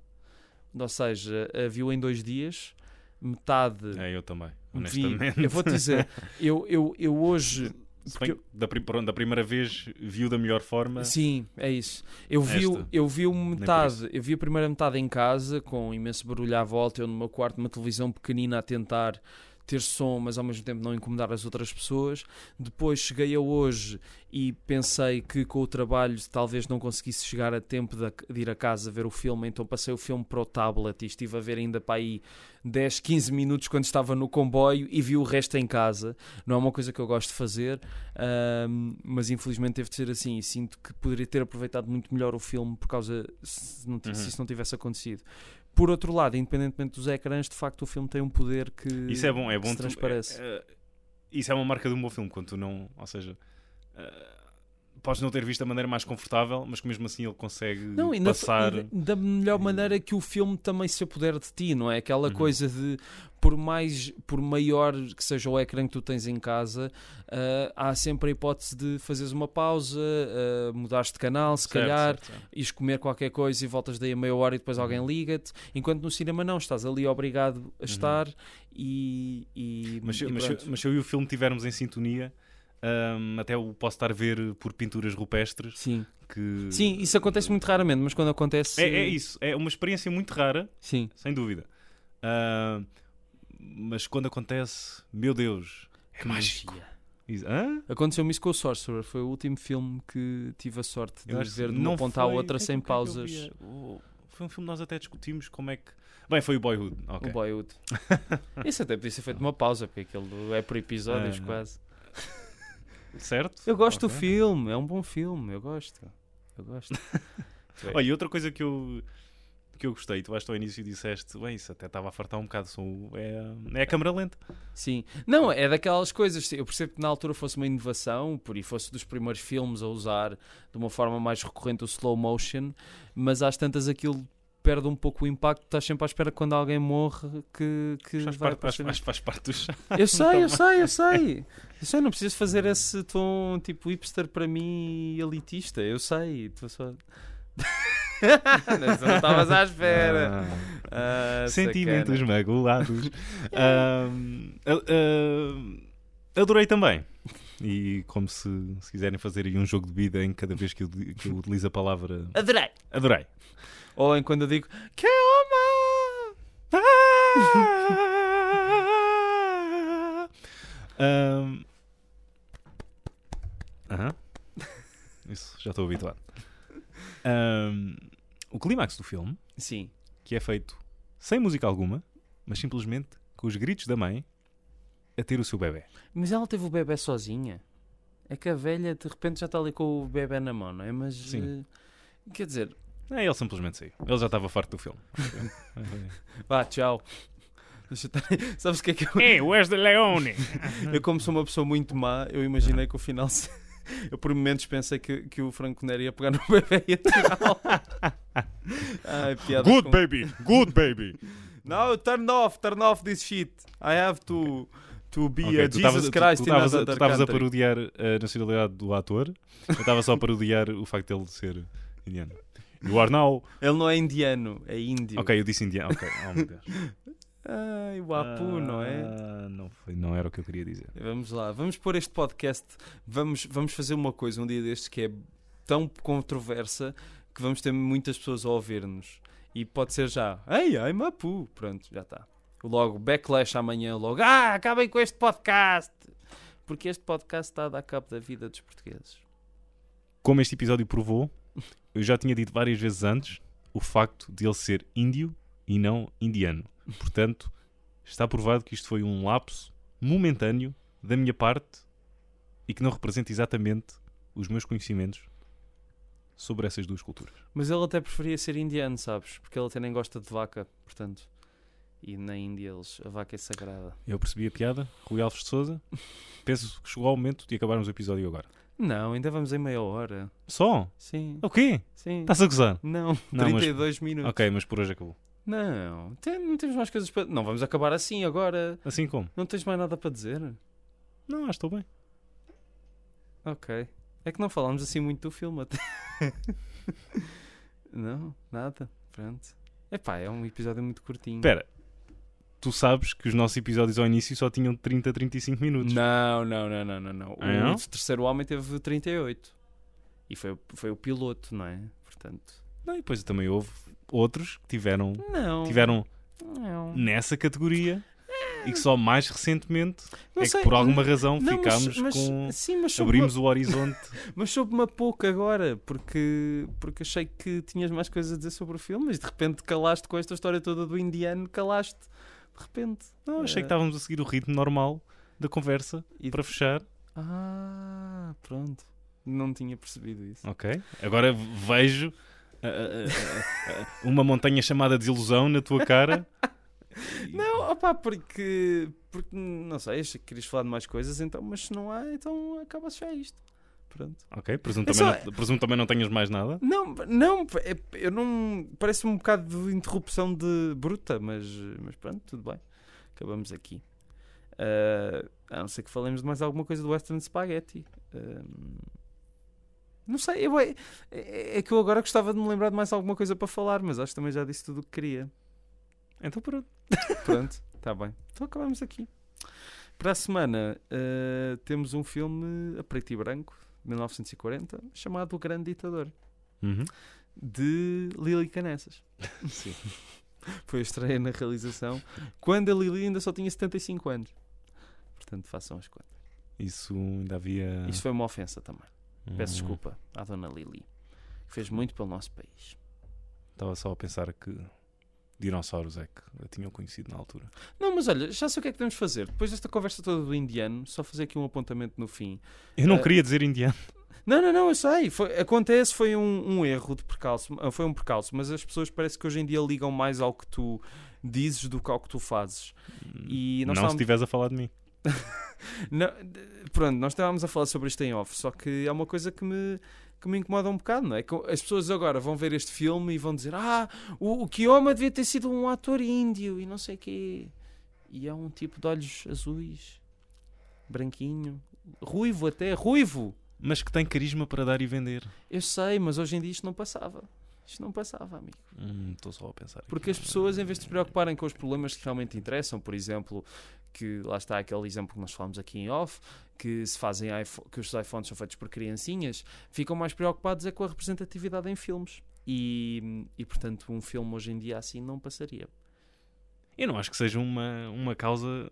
Ou seja, a viu em dois dias, metade É, eu também, vi, honestamente. eu vou-te dizer, eu, eu, eu hoje... Se bem porque que da, prim- pronto, da primeira vez viu da melhor forma. Sim, é isso. Eu vi, o- Esta. eu vi o por metade, eu vi a primeira metade em casa, com imenso barulho à volta, eu no meu quarto, uma televisão pequenina a tentar ter som, mas ao mesmo tempo não incomodar as outras pessoas. Depois cheguei a hoje e pensei que com o trabalho talvez não conseguisse chegar a tempo de, de ir a casa ver o filme, então passei o filme para o tablet e estive a ver ainda para aí dez, quinze minutos quando estava no comboio e vi o resto em casa. Não é uma coisa que eu gosto de fazer, ahm, mas infelizmente teve de ser assim e sinto que poderia ter aproveitado muito melhor o filme por causa se, não, t- Uhum. se isso não tivesse acontecido. Por outro lado, independentemente dos ecrãs, de facto o filme tem um poder que Isso é bom, é bom. se tu- transparece. é- é- isso é uma marca de um bom filme, quando tu não. Ou seja, eh, podes não ter visto da maneira mais confortável, mas que mesmo assim ele consegue Não, e na- passar. e da melhor maneira que o filme também se apodera de ti, não é? Aquela Uhum. coisa de, por mais, por maior que seja o ecrã que tu tens em casa, ah, há sempre a hipótese de fazeres uma pausa, ah, mudares de canal, se Certo, calhar, certo, certo. ires comer qualquer coisa e voltas daí a meia hora e depois alguém Uhum. liga-te, enquanto no cinema não, estás ali obrigado a estar e, e, Mas, se- e mas, se- pronto. mas se eu e o filme estivermos em sintonia, Um, até o posso estar a ver por pinturas rupestres. Sim. Que... Sim, isso acontece muito raramente, mas quando acontece... É, é isso, é uma experiência muito rara, Sim. sem dúvida. Uh, mas quando acontece, meu Deus, é Que mágico. magia. Isso- Hã? Aconteceu-me isso com o Sorcerer, foi o último filme que tive a sorte de Eu acho ver que de uma ponta à foi- outra o que é que- sem o que é que eu pausas. via? O- Foi um filme que nós até discutimos como é que... Bem, foi o Boyhood. ok. O Boyhood. Isso até podia ser feito uma pausa, porque aquilo é por episódios Ah. quase. Certo? Eu gosto Ok. do filme, é um bom filme, eu gosto. Eu gosto. Olha, e outra coisa que eu, que eu gostei, tu vais ao início e disseste, bem, isso até estava a fartar um bocado, são- é, é a câmara lenta. Sim. Não, é daquelas coisas. Eu percebo que na altura fosse uma inovação, por aí fosse dos primeiros filmes a usar de uma forma mais recorrente o slow motion, mas às tantas aquilo perde um pouco o impacto. Estás sempre à espera que quando alguém morre que, que Faz vai parte, faz, aparecer. faz, faz parte do chá. Eu sei, eu Então, sei, eu sei. Eu sei, não preciso fazer esse tom tipo hipster para mim elitista. Eu sei. Estou só... não estavas à espera. Ah, Ah, sentimentos sacana. magoados. Ahm, a- a- adorei também. E como se, se quiserem fazer aí um jogo de vida em cada vez que eu, que eu utilizo a palavra. Adorei. Adorei. Ou em quando eu digo que ama. Ahm, aham. Isso, já estou habituado. Ahm, o clímax do filme, Sim. que é feito sem música alguma, mas simplesmente com os gritos da mãe a ter o seu bebê. Mas ela teve o bebê sozinha. É que a velha de repente já está ali com o bebê na mão, não é? Mas Sim. eh, quer dizer, É, ele simplesmente saiu. Ele já estava farto do filme. vá, tchau. Deixa eu estar- Sabes o que é que eu. Hey, where's the Leone? Eu, como sou uma pessoa muito má, eu imaginei que o final. se- Eu por momentos pensei que, que o Franco Neri ia pegar no bebê e atirá-lo. Ai, piada. Good com- baby, good baby. No, turn off, turn off this shit. I have to, to be Ok, a tu Jesus estavas- tu- Christ tu in estavas a- tu another estavas a country. parodiar a nacionalidade do ator. Eu estava só a parodiar o facto de ele ser indiano. You are now. Ele não é indiano, é índio. Ok, eu disse indiano. Ok, oh meu Deus. Ai, o Apu, não é? Ah, não, foi, não era o que eu queria dizer. Vamos lá, vamos pôr este podcast, vamos, vamos fazer uma coisa um dia destes que é tão controversa que vamos ter muitas pessoas a ouvir-nos. E pode ser já, ei, ai Mapu, pronto, já está. Logo, backlash amanhã, logo, ah, acabem com este podcast. Porque este podcast está a dar cabo da vida dos portugueses. Como este episódio provou, eu já tinha dito várias vezes antes o facto de ele ser índio e não indiano. Portanto, está provado que isto foi um lapso momentâneo da minha parte e que não representa exatamente os meus conhecimentos sobre essas duas culturas. Mas ele até preferia ser indiano, sabes? Porque ele até nem gosta de vaca, portanto. E na Índia eles, a vaca é sagrada. Eu percebi a piada, Rui Alves de Sousa. Penso que chegou ao momento de acabarmos o episódio agora. Não, ainda vamos em meia hora. Só? Sim, O quê? sim. Estás a gozar? Não, Não, mas- trinta e dois minutos. Ok, mas por hoje acabou. Não, tem- não temos mais coisas para... Não vamos acabar assim agora. Assim como? Não tens mais nada para dizer? Não, acho que estou bem. Ok. É que não falámos assim muito do filme até. Não, nada. Pronto. Epá, é um episódio muito curtinho. Espera, tu sabes que os nossos episódios ao início só tinham trinta a trinta e cinco minutos. Não, não, não, não, não, não. O Ah, não? terceiro homem teve trinta e oito. E foi, foi o piloto, não é? Portanto... Não, e depois também houve outros que tiveram, Não. tiveram Não. nessa categoria e que só mais recentemente Não é sei. que por alguma razão Não, mas- ficámos mas, com... Sim, mas soube Abrimos o horizonte. Mas soube-me a pouco agora, porque, porque achei que tinhas mais coisas a dizer sobre o filme, mas de repente calaste com esta história toda do indiano, calaste, de repente. Não, achei Eh, que estávamos a seguir o ritmo normal da conversa e- para fechar. Ah, pronto. Não tinha percebido isso. Ok. Agora vejo ah, ah, ah, ah, uma montanha chamada desilusão na tua cara. Não, opá, porque, porque, não sei, achei que querias falar de mais coisas, então, mas se não há, então acaba-se já isto. Pronto. Ok, presumo É também, só- não, presumo também não tenhas mais nada. Não, não, é- eu não. Parece-me um bocado de interrupção de bruta, mas, mas pronto, tudo bem. Acabamos aqui. Ah, a não ser que falemos de mais alguma coisa do Western Spaghetti. Ah, não sei, eu, é, é que eu agora gostava de me lembrar de mais alguma coisa para falar, mas acho que também já disse tudo o que queria. Então pronto. Pronto, está bem. Então acabamos aqui. Para a semana uh, temos um filme a preto e branco, de mil novecentos e quarenta, chamado O Grande Ditador, Uhum. de Lili Canessas. Sim. Foi a estreia na realização, quando a Lili ainda só tinha setenta e cinco anos. Portanto, façam as contas. Isso ainda havia... Isto foi uma ofensa também. Peço Uhum. desculpa à dona Lili, que fez muito pelo nosso país. Estava só a pensar que dinossauros é que eu tinha conhecido na altura. Não, mas olha, já sei o que é que temos de fazer. Depois desta conversa toda do indiano, só fazer aqui um apontamento no fim. Eu não Uh, queria dizer indiano. Não, não, não, eu sei. Foi, acontece, foi um, um erro de percalço. Foi um percalço, mas as pessoas parece que hoje em dia ligam mais ao que tu dizes do que ao que tu fazes. E Não nós se estávamos- estiveres a falar de mim. Não, d- pronto, nós estávamos a falar sobre isto em off, só que é uma coisa que me, que me incomoda um bocado, não é? Que as pessoas agora vão ver este filme e vão dizer: Ah, o, o Kiyoma devia ter sido um ator índio e não sei o quê. E é um tipo de olhos azuis, branquinho, ruivo até, ruivo. Mas que tem carisma para dar e vender. Eu sei, mas hoje em dia isto não passava. Isto não passava, amigo. Hum, Estou só a pensar. aqui. Porque as pessoas, em vez de se preocuparem com os problemas que realmente interessam, por exemplo, que lá está aquele exemplo que nós falamos aqui em off, que se fazem iPhone, que os iPhones são feitos por criancinhas, ficam mais preocupados é com a representatividade em filmes. E, e portanto, um filme hoje em dia assim não passaria. Eu não acho que seja uma, uma causa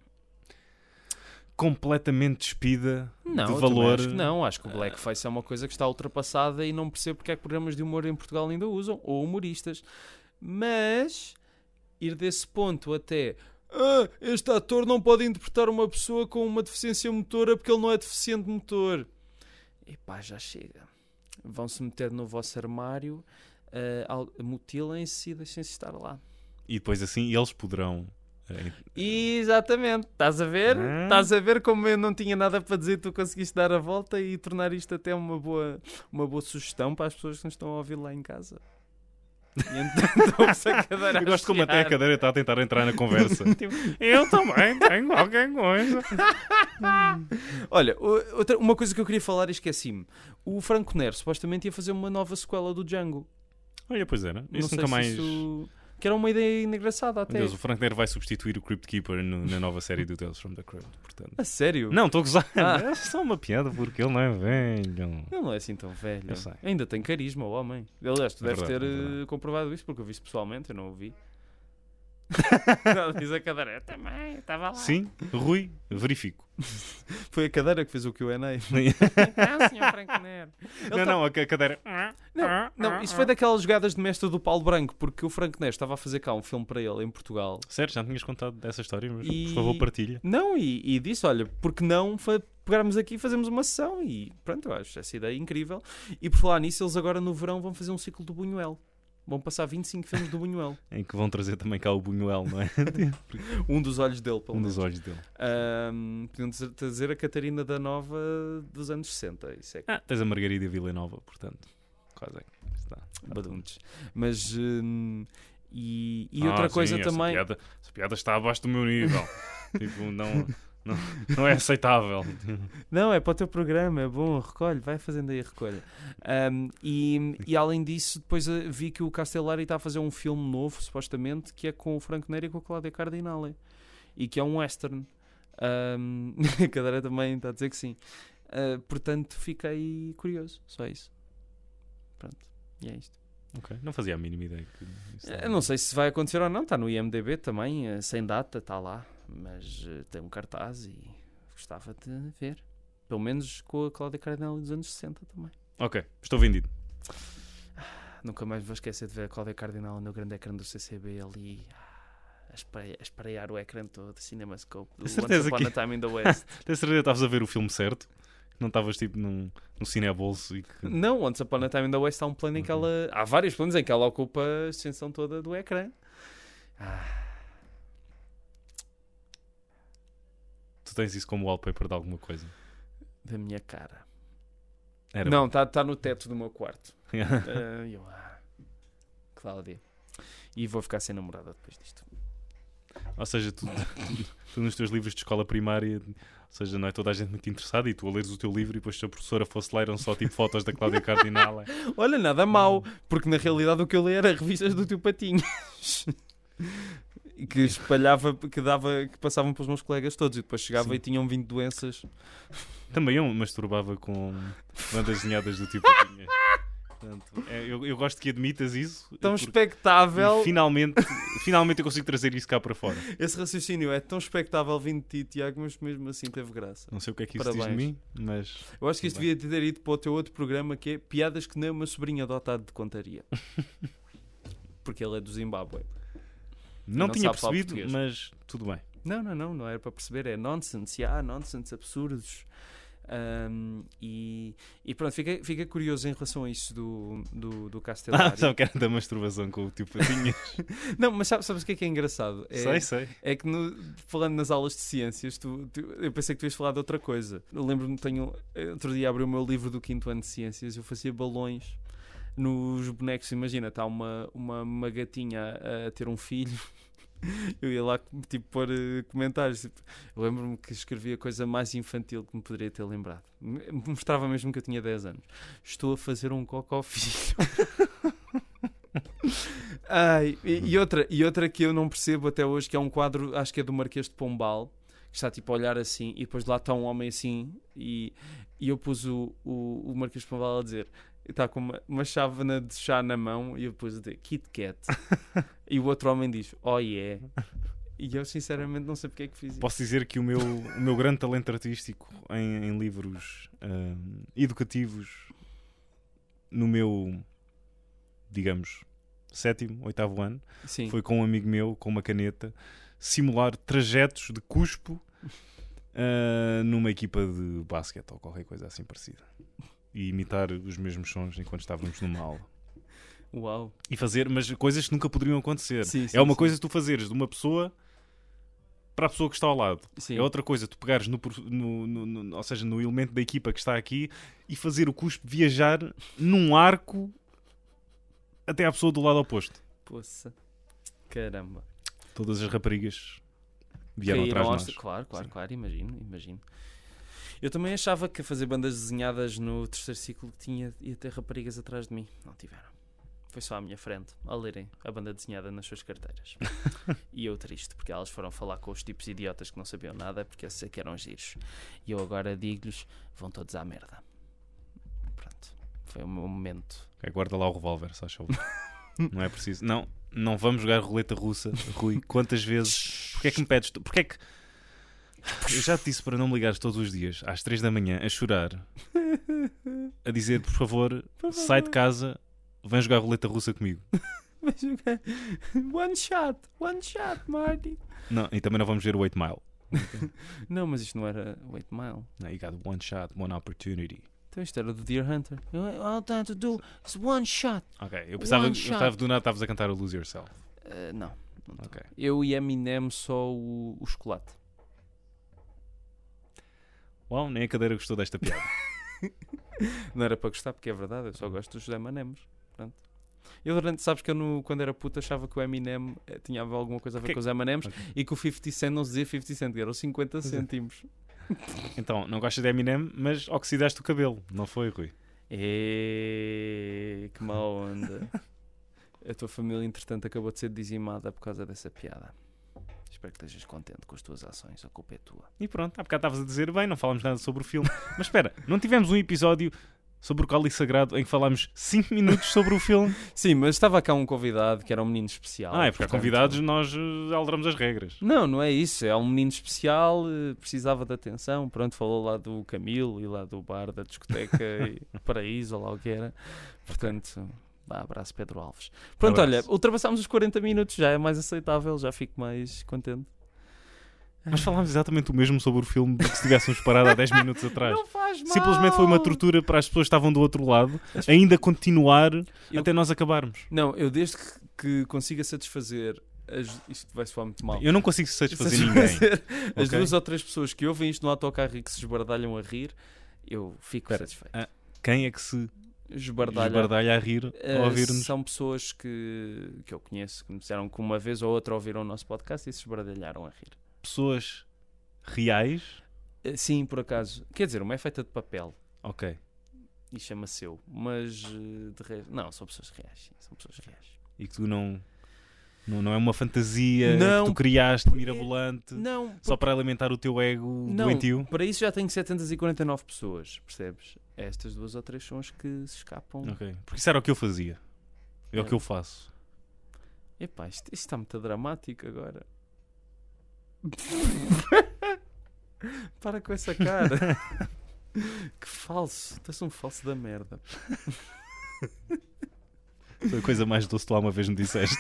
completamente despida Não, de eu também valor. acho que não. Acho que o blackface é uma coisa que está ultrapassada e não percebo porque é que programas de humor em Portugal ainda usam, ou humoristas. Mas ir desse ponto até ah, este ator não pode interpretar uma pessoa com uma deficiência motora porque ele não é deficiente motor. Epá, já chega. Vão-se meter no vosso armário, ah, al- mutilem-se e deixem-se estar lá. E depois assim eles poderão. eh, Exatamente, estás a ver? Ah. Estás a ver como eu não tinha nada para dizer, tu conseguiste dar a volta e tornar isto até uma boa, uma boa sugestão para as pessoas que nos estão a ouvir lá em casa. E então, estão-se a cadeira a Eu gosto como até a chiar. cadeira está a tentar entrar na conversa. Tipo, eu também tenho qualquer coisa. Olha, o- outra, uma coisa que eu queria falar e esqueci-me. O Franco Nero supostamente ia fazer uma nova sequela do Django. Olha, pois era. Não Isso sei nunca se mais. isso- Que era uma ideia engraçada Meu até. Deus, o Frank Nero vai substituir o Crypt Keeper no- na nova série do Tales from the Crypt. Portanto. A sério? Não, estou a gozar. Ah. É só uma piada porque ele não é velho. Ele não é assim tão velho. Eu sei. Ainda tem carisma, o homem. Aliás, tu É deves verdade, ter é verdade. eh, comprovado isso, porque eu vi isso pessoalmente, eu não o vi. Diz a cadeira, eu também, estava lá. Sim, Rui, verifico. Foi a cadeira que fez o Q and A. Não, senhor Franco Nero. Não, não, a ca- cadeira. Não, não, isso foi daquelas jogadas de mestre do Paulo Branco, porque o Franco Nero estava a fazer cá um filme para ele em Portugal. Sério, já me tinhas contado dessa história, mas E- por favor, partilha. Não, e, e disse, olha, porque não fa- pegarmos aqui e fazemos uma sessão? E pronto, eu acho essa ideia incrível. E por falar nisso, eles agora no verão vão fazer um ciclo do Buñuel. Vão passar vinte e cinco filmes do Buñuel. Em que vão trazer também cá o Buñuel, não é? Um dos olhos dele, pelo Um menos. dos olhos dele. Ahm, podiam dizer, dizer a Catarina da Nova dos anos sessenta. Isso é que Ah, tens a Margarida Villanova, portanto. Quase aí. Está. baduntes. Mas. hum, e e Ah, outra sim, coisa essa também. Piada, essa piada está abaixo do meu nível. Tipo, não, não, não é aceitável. Não, é para o teu programa, é bom, recolhe, vai fazendo aí a recolha. Ahm, e, e além disso, depois eh, vi que o Castellari está a fazer um filme novo, supostamente, que é com o Franco Nero e com a Cláudia Cardinale. E que é um western. Ahm, a cadeira também está a dizer que sim. Ah, portanto, fiquei curioso, só isso. Pronto, e é isto. Ok, não fazia a mínima ideia. Que isso Eu não sei se vai acontecer ou não, está no I M D B também, eh, sem data, está lá, mas eh, tem um cartaz e gostava de ver. Pelo menos com a Cláudia Cardinale dos anos sessenta também. Ok, estou vendido. Nunca mais vou esquecer de ver a Cláudia Cardinale no grande ecrã do C C B ali, ah, a espreiar, a espreiar o ecrã todo, CinemaScope, do Tenho certeza Once Upon que- a Time in the West. Tens certeza que estavas a ver o filme certo? Não estavas tipo num, num cinebolso e que... Não, Once Upon a Time in the West há um plano em que ela... Há vários planos em que ela ocupa a extensão toda do ecrã. Ah, Tu tens isso como wallpaper de alguma coisa. da minha cara. Era Não, está tá no teto do meu quarto. Ah, eu, ah, Cláudia. E vou ficar sem namorada depois disto. Ou seja, tu, tu, tu nos teus livros de escola primária, ou seja, não é toda a gente muito interessada e tu a leres o teu livro e depois se a professora fosse ler eram só tipo fotos da Cláudia Cardinale. Olha, nada mau, porque na realidade o que eu li era revistas do teu Patinhas. E que espalhava, que dava, que passavam para os meus colegas todos. E depois chegava Sim. e tinham vinte doenças. Também eu masturbava com bandas desenhadas do tipo que tinha. Portanto, é, eu, eu gosto que admitas isso. Tão porque- expectável. e finalmente, finalmente eu consigo trazer isso cá para fora. Esse raciocínio é tão expectável vindo de ti, Tiago, mas mesmo assim teve graça. Não sei o que é que isso Parabéns. diz de mim, mas Eu acho que isto devia ter ido para o teu outro programa, que é Piadas que nem uma sobrinha adotado de contaria. Porque ele é do Zimbábue. não, não tinha sabe falar percebido, português. mas tudo bem. Não, não, não, não era para perceber, é nonsense, yeah, nonsense, absurdos. Um, e, e pronto, fica, fica curioso em relação a isso do, do, do Ah, Castellari. sabe que era da masturbação com o tio Patinhas? Não, mas sabes, sabes o que é que é engraçado? É, sei, sei. é que no- falando nas aulas de ciências, tu, tu- eu pensei que tu ias falar de outra coisa. Eu lembro-me, tenho, outro dia abri o meu livro do quinto ano de ciências, eu fazia balões nos bonecos. Imagina, está uma, uma, uma gatinha a, a ter um filho. Eu ia lá tipo pôr eh, comentários. Tipo, eu lembro-me que escrevia a coisa mais infantil que me poderia ter lembrado. Me- Mostrava mesmo que eu tinha dez anos. Estou a fazer um cocó filho. Ai, e, e outra, e outra que eu não percebo até hoje, que é um quadro, acho que é do Marquês de Pombal, que está tipo a olhar assim, e depois lá está um homem assim, e, e eu pus o, o, o Marquês de Pombal a dizer, está com uma, uma chávena de chá na mão, e eu pus a dizer Kit Kat. E o outro homem diz, oh yeah. E eu sinceramente não sei porque é que fiz isso. Posso dizer que o meu, o meu grande talento artístico em, em livros hum, educativos, no meu, digamos, sétimo, oitavo ano, Sim. foi com um amigo meu, com uma caneta, simular trajetos de cuspo ah, numa equipa de basquete ou qualquer coisa assim parecida. E imitar os mesmos sons enquanto estávamos numa aula. Uau. E fazer, mas coisas que nunca poderiam acontecer. Sim, sim, é uma sim. coisa tu fazeres de uma pessoa para a pessoa que está ao lado. Sim. É outra coisa tu pegares no, por- no- no- no- ou seja, no elemento da equipa que está aqui e fazer o cuspo viajar num arco até à pessoa do lado oposto. Poça. Caramba. Todas as raparigas vieram Caíram atrás de aos- nós. Claro, claro, Sim. claro, imagino, imagino. Eu também achava que a fazer bandas desenhadas no terceiro ciclo tinha, ia ter raparigas atrás de mim. Não tiveram. Foi só à minha frente, a lerem a banda desenhada nas suas carteiras. E eu triste, porque elas foram falar com os tipos idiotas que não sabiam nada, porque eu sei que eram giros. E eu agora digo-lhes, vão todos à merda. Pronto. Foi o meu momento. Ok, guarda lá o revólver, só achou. Não é preciso. Não, não vamos jogar roleta russa, Rui. Quantas vezes? Porquê é que me pedes? tu- Porquê é que... Eu já te disse para não me ligares todos os dias, às três da manhã, a chorar, a dizer, por favor, sai de casa, vem jogar roleta russa comigo. Mas o quê? One shot, one shot, Marty. Não, e também não vamos ver o eight Mile. Não, mas isto não era Wait Mile. No, you got one shot, one opportunity. Então isto era do Deer Hunter. All I have to do is one shot. Ok, eu pensava, eu One shot. estava do nada estavas a cantar o Lose Yourself. Uh, não, não tô. Ok. Eu e Eminem só o, o chocolate. Uau, nem a cadeira gostou desta piada. Não era para gostar, porque é verdade, eu só gosto dos M&M's. Pronto. Eu durante, sabes que eu no, quando era puto achava que o Eminem eh, tinha alguma coisa a ver Que- com os M&M's Ok. e que o fifty Cent não se dizia fifty Cent, era os cinquenta é. cêntimos. Então, não gostas de Eminem, mas oxidaste o cabelo, não foi, Rui? E que má onda. A tua família, entretanto, acabou de ser dizimada por causa dessa piada. Espero que estejas contente com as tuas ações, a culpa é tua. E pronto, há bocado estavas a dizer, bem, não falámos nada sobre o filme. Mas espera, não tivemos um episódio sobre o Cálice Sagrado em que falámos cinco minutos sobre o filme? Sim, mas estava cá um convidado que era um menino especial. Ah, é porque há portanto- convidados nós uh, alteramos as regras. Não, não é isso. É um menino especial, eh, precisava de atenção. Pronto, falou lá do Camilo e lá do bar da discoteca e Paraíso, ou lá o que era. Portanto, vá, abraço Pedro Alves. Pronto, Abraço. olha, ultrapassámos os quarenta minutos, já é mais aceitável, já fico mais contente. Mas falámos exatamente o mesmo sobre o filme do que se tivéssemos parado há dez minutos atrás. Não faz mal. Simplesmente foi uma tortura para as pessoas que estavam do outro lado ainda continuar Eu- até nós acabarmos. Não, eu desde que, que consiga satisfazer as... Isto vai soar muito mal. Eu não consigo satisfazer ninguém. Satisfazer as Ok? duas ou três pessoas que ouvem isto no autocarro e que se esbardalham a rir, eu fico Espera, satisfeito. ah, Quem é que se Esbardalha. esbardalha a rir Uh, ao ouvir-nos? são pessoas que, que eu conheço que me disseram que uma vez ou outra ouviram o nosso podcast e se esbardalharam a rir. Pessoas reais? Uh, sim, por acaso. Quer dizer, uma é feita de papel Ok. e chama-se eu, mas uh, de resto. Não, são pessoas reais. Sim, são pessoas reais. E que tu não... Não, não é uma fantasia Não. que tu criaste mirabolante Não, só para alimentar o teu ego não, doentio. para isso já tenho setecentas e quarenta e nove pessoas, percebes? Estas duas ou três são as que se escapam. Ok. Porque isso era o que eu fazia. É, É. o que eu faço. Epá, isto, isto está muito dramático agora. Para com essa cara. Que falso. Estás um falso da merda. Foi a coisa mais doce que tu lá uma vez me disseste.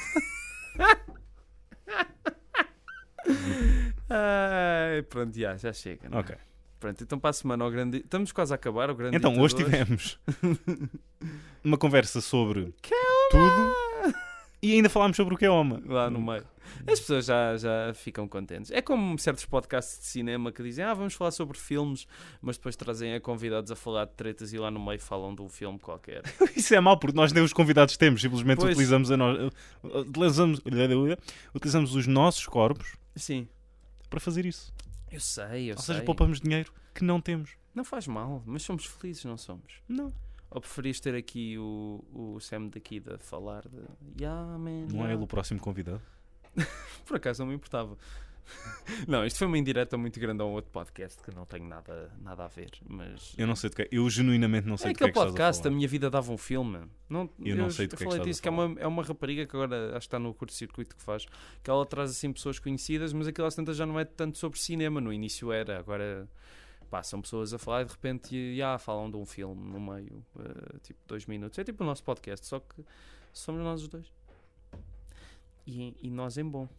Ai, pronto, já, já chega. Não é? Ok. Pronto, então para a semana ao grande. Estamos quase a acabar o grande. Então, hoje ditador. tivemos uma conversa sobre tudo e ainda falámos sobre o que é Oma. Lá no meio. As pessoas já, já ficam contentes. É como certos podcasts de cinema que dizem: ah, vamos falar sobre filmes, mas depois trazem a convidados a falar de tretas e lá no meio falam de um filme qualquer. Isso é mau, porque nós nem os convidados temos, simplesmente Pois. utilizamos, a nós, utilizamos, utilizamos os nossos corpos Sim, para fazer isso. eu sei, eu Ou sei. seja, poupamos dinheiro que não temos. Não faz mal, mas somos felizes, não somos? Não. Ou preferias ter aqui o, o Sam daqui a falar de. Yeah, man, Não é yeah." ele o próximo convidado? Por acaso não me importava. Não, isto foi uma indireta muito grande a um outro podcast que não tenho nada, nada a ver. Mas Eu não sei de que Eu genuinamente não sei é de que é aquele que estás a podcast, a, falar. minha vida dava um filme. Não, Eu não sei do que é que falei estás a disso, que é uma, é uma rapariga que agora acho que está no curto-circuito que faz, que ela traz assim pessoas conhecidas, mas aquilo às tantas já não é tanto sobre cinema. No início era, agora pá, são pessoas a falar e de repente já falam de um filme no meio, eh, tipo dois minutos. É tipo o nosso podcast, só que somos nós os dois. E, e nós em bom.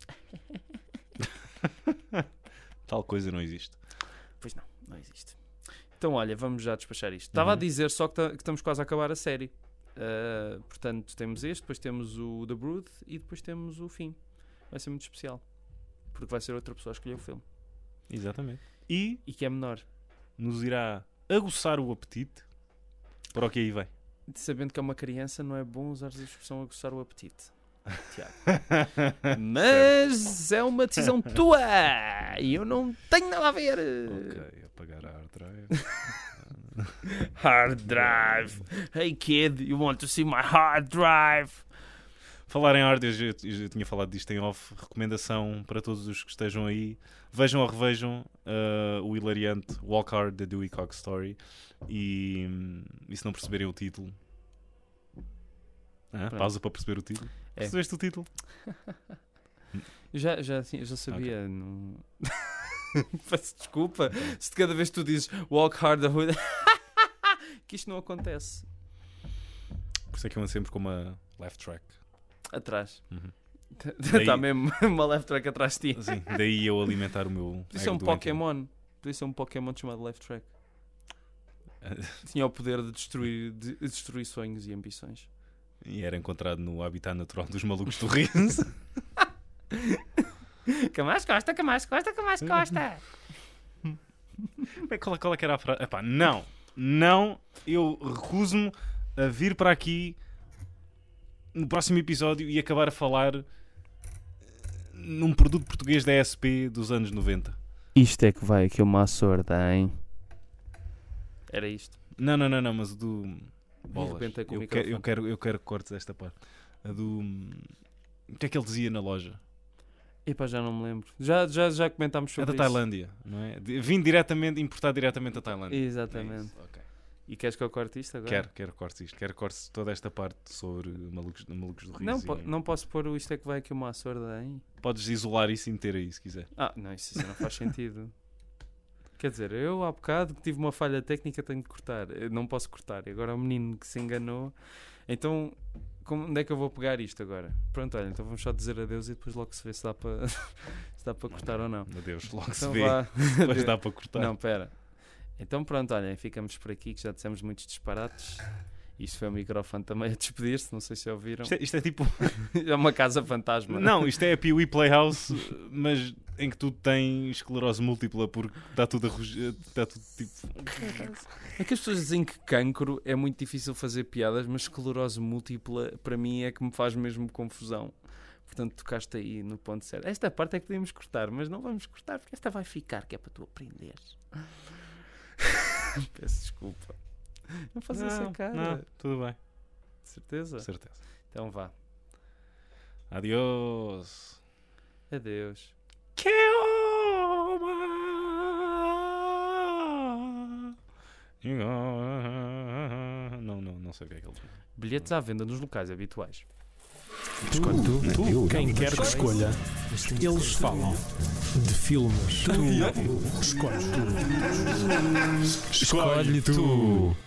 Tal coisa não existe. Pois não, não existe. Então, olha, vamos já despachar isto. Estava a Uhum. dizer só que, ta- que estamos quase a acabar a série. Uh, portanto, temos este, depois temos o The Brood e depois temos o fim. Vai ser muito especial. Porque vai ser outra pessoa a escolher o filme. Exatamente. E E que é menor. nos irá aguçar o apetite para o que aí vem. Sabendo que é uma criança, não é bom usar a expressão aguçar o apetite. Tiago. Mas é uma decisão tua! E eu não tenho nada a ver! Ok, apagar a hard drive. Hard drive! Hey kid, you want to see my hard drive? Falar em hard, eu já, eu já tinha falado disto em off. Recomendação para todos os que estejam aí. Vejam ou revejam uh, o hilariante Walk Hard, The Dewey Cox Story. E, hum, e se não perceberem o título... Ah, Pronto. pausa para perceber o título. É. Percebeste o título? Eu já, já, sim, eu já sabia. Não... Peço desculpa se de cada vez que tu dizes walk hard the hood que isto não acontece. Por isso é que eu ando sempre com uma left track. Atrás. Uhum. Está Daí- mesmo uma left track atrás de ti. Sim, daí eu alimentar o meu. Podia ser um ego doentio. Pokémon. Podia ser um Pokémon chamado left track. Tinha o poder de destruir, de destruir sonhos e ambições. E era encontrado no habitat natural dos malucos do Riso. Que mais gosta, que mais gosta, que mais gosta. qual, qual é que era a frase? Epá, não, não, eu recuso-me a vir para aqui no próximo episódio e acabar a falar num produto português da E S P dos anos noventa. Isto é que vai aqui uma sorda, hein? Era isto. Não, não, não, não, mas o do. Bolas. rebentei com o eu, microfone. quero, eu, quero, eu quero que cortes esta parte. A do. O que é que ele dizia na loja? Epá, já não me lembro. Já, já, já comentámos É sobre da isso. Tailândia, não é? De- Vim diretamente, importado diretamente da Tailândia. Exatamente. É isso, ok. E queres que eu corte isto agora? Quero, quero que cortes isto. Quero que cortes toda esta parte sobre malucos, malucos do Riso. Não, e- po- não posso pôr o isto é que vai aqui uma sorda, hein? Podes isolar isso inteiro aí, se quiser. Ah, não, isso, isso não faz sentido. Quer dizer, eu há bocado que tive uma falha técnica, tenho de cortar. Eu não posso cortar. E agora o menino que se enganou. Então, como, onde é que eu vou pegar isto agora? Pronto, olha, então vamos só dizer adeus e depois logo se vê se dá para se dá para cortar ou não. Adeus, logo Então se vê. vá. Depois dá para cortar. Não, pera. Então pronto, olhem, ficamos por aqui que já dissemos muitos disparates. Isto foi o microfone também a despedir-se, não sei se ouviram. Isto é, isto é tipo. É uma casa fantasma. Não, isto é a Pee-wee Playhouse, mas em que tudo tem esclerose múltipla porque está tudo a ruger, está tudo tipo. É que as pessoas dizem que cancro é muito difícil fazer piadas, mas esclerose múltipla para mim é que me faz mesmo confusão. Portanto, tocaste aí no ponto certo. Esta parte é que podemos cortar, mas não vamos cortar porque esta vai ficar, que é para tu aprenderes. Peço desculpa. Não faz essa Não, cara. não, tudo bem, De certeza? com certeza. Então vá. Adiós. Adeus. Não, não, não sei o que é que ele diz. Bilhetes à venda nos locais habituais. Escolhe tu, tu, quem quer que escolha. Eles falam de filmes. Tu escolhe tu. Escolhe tu.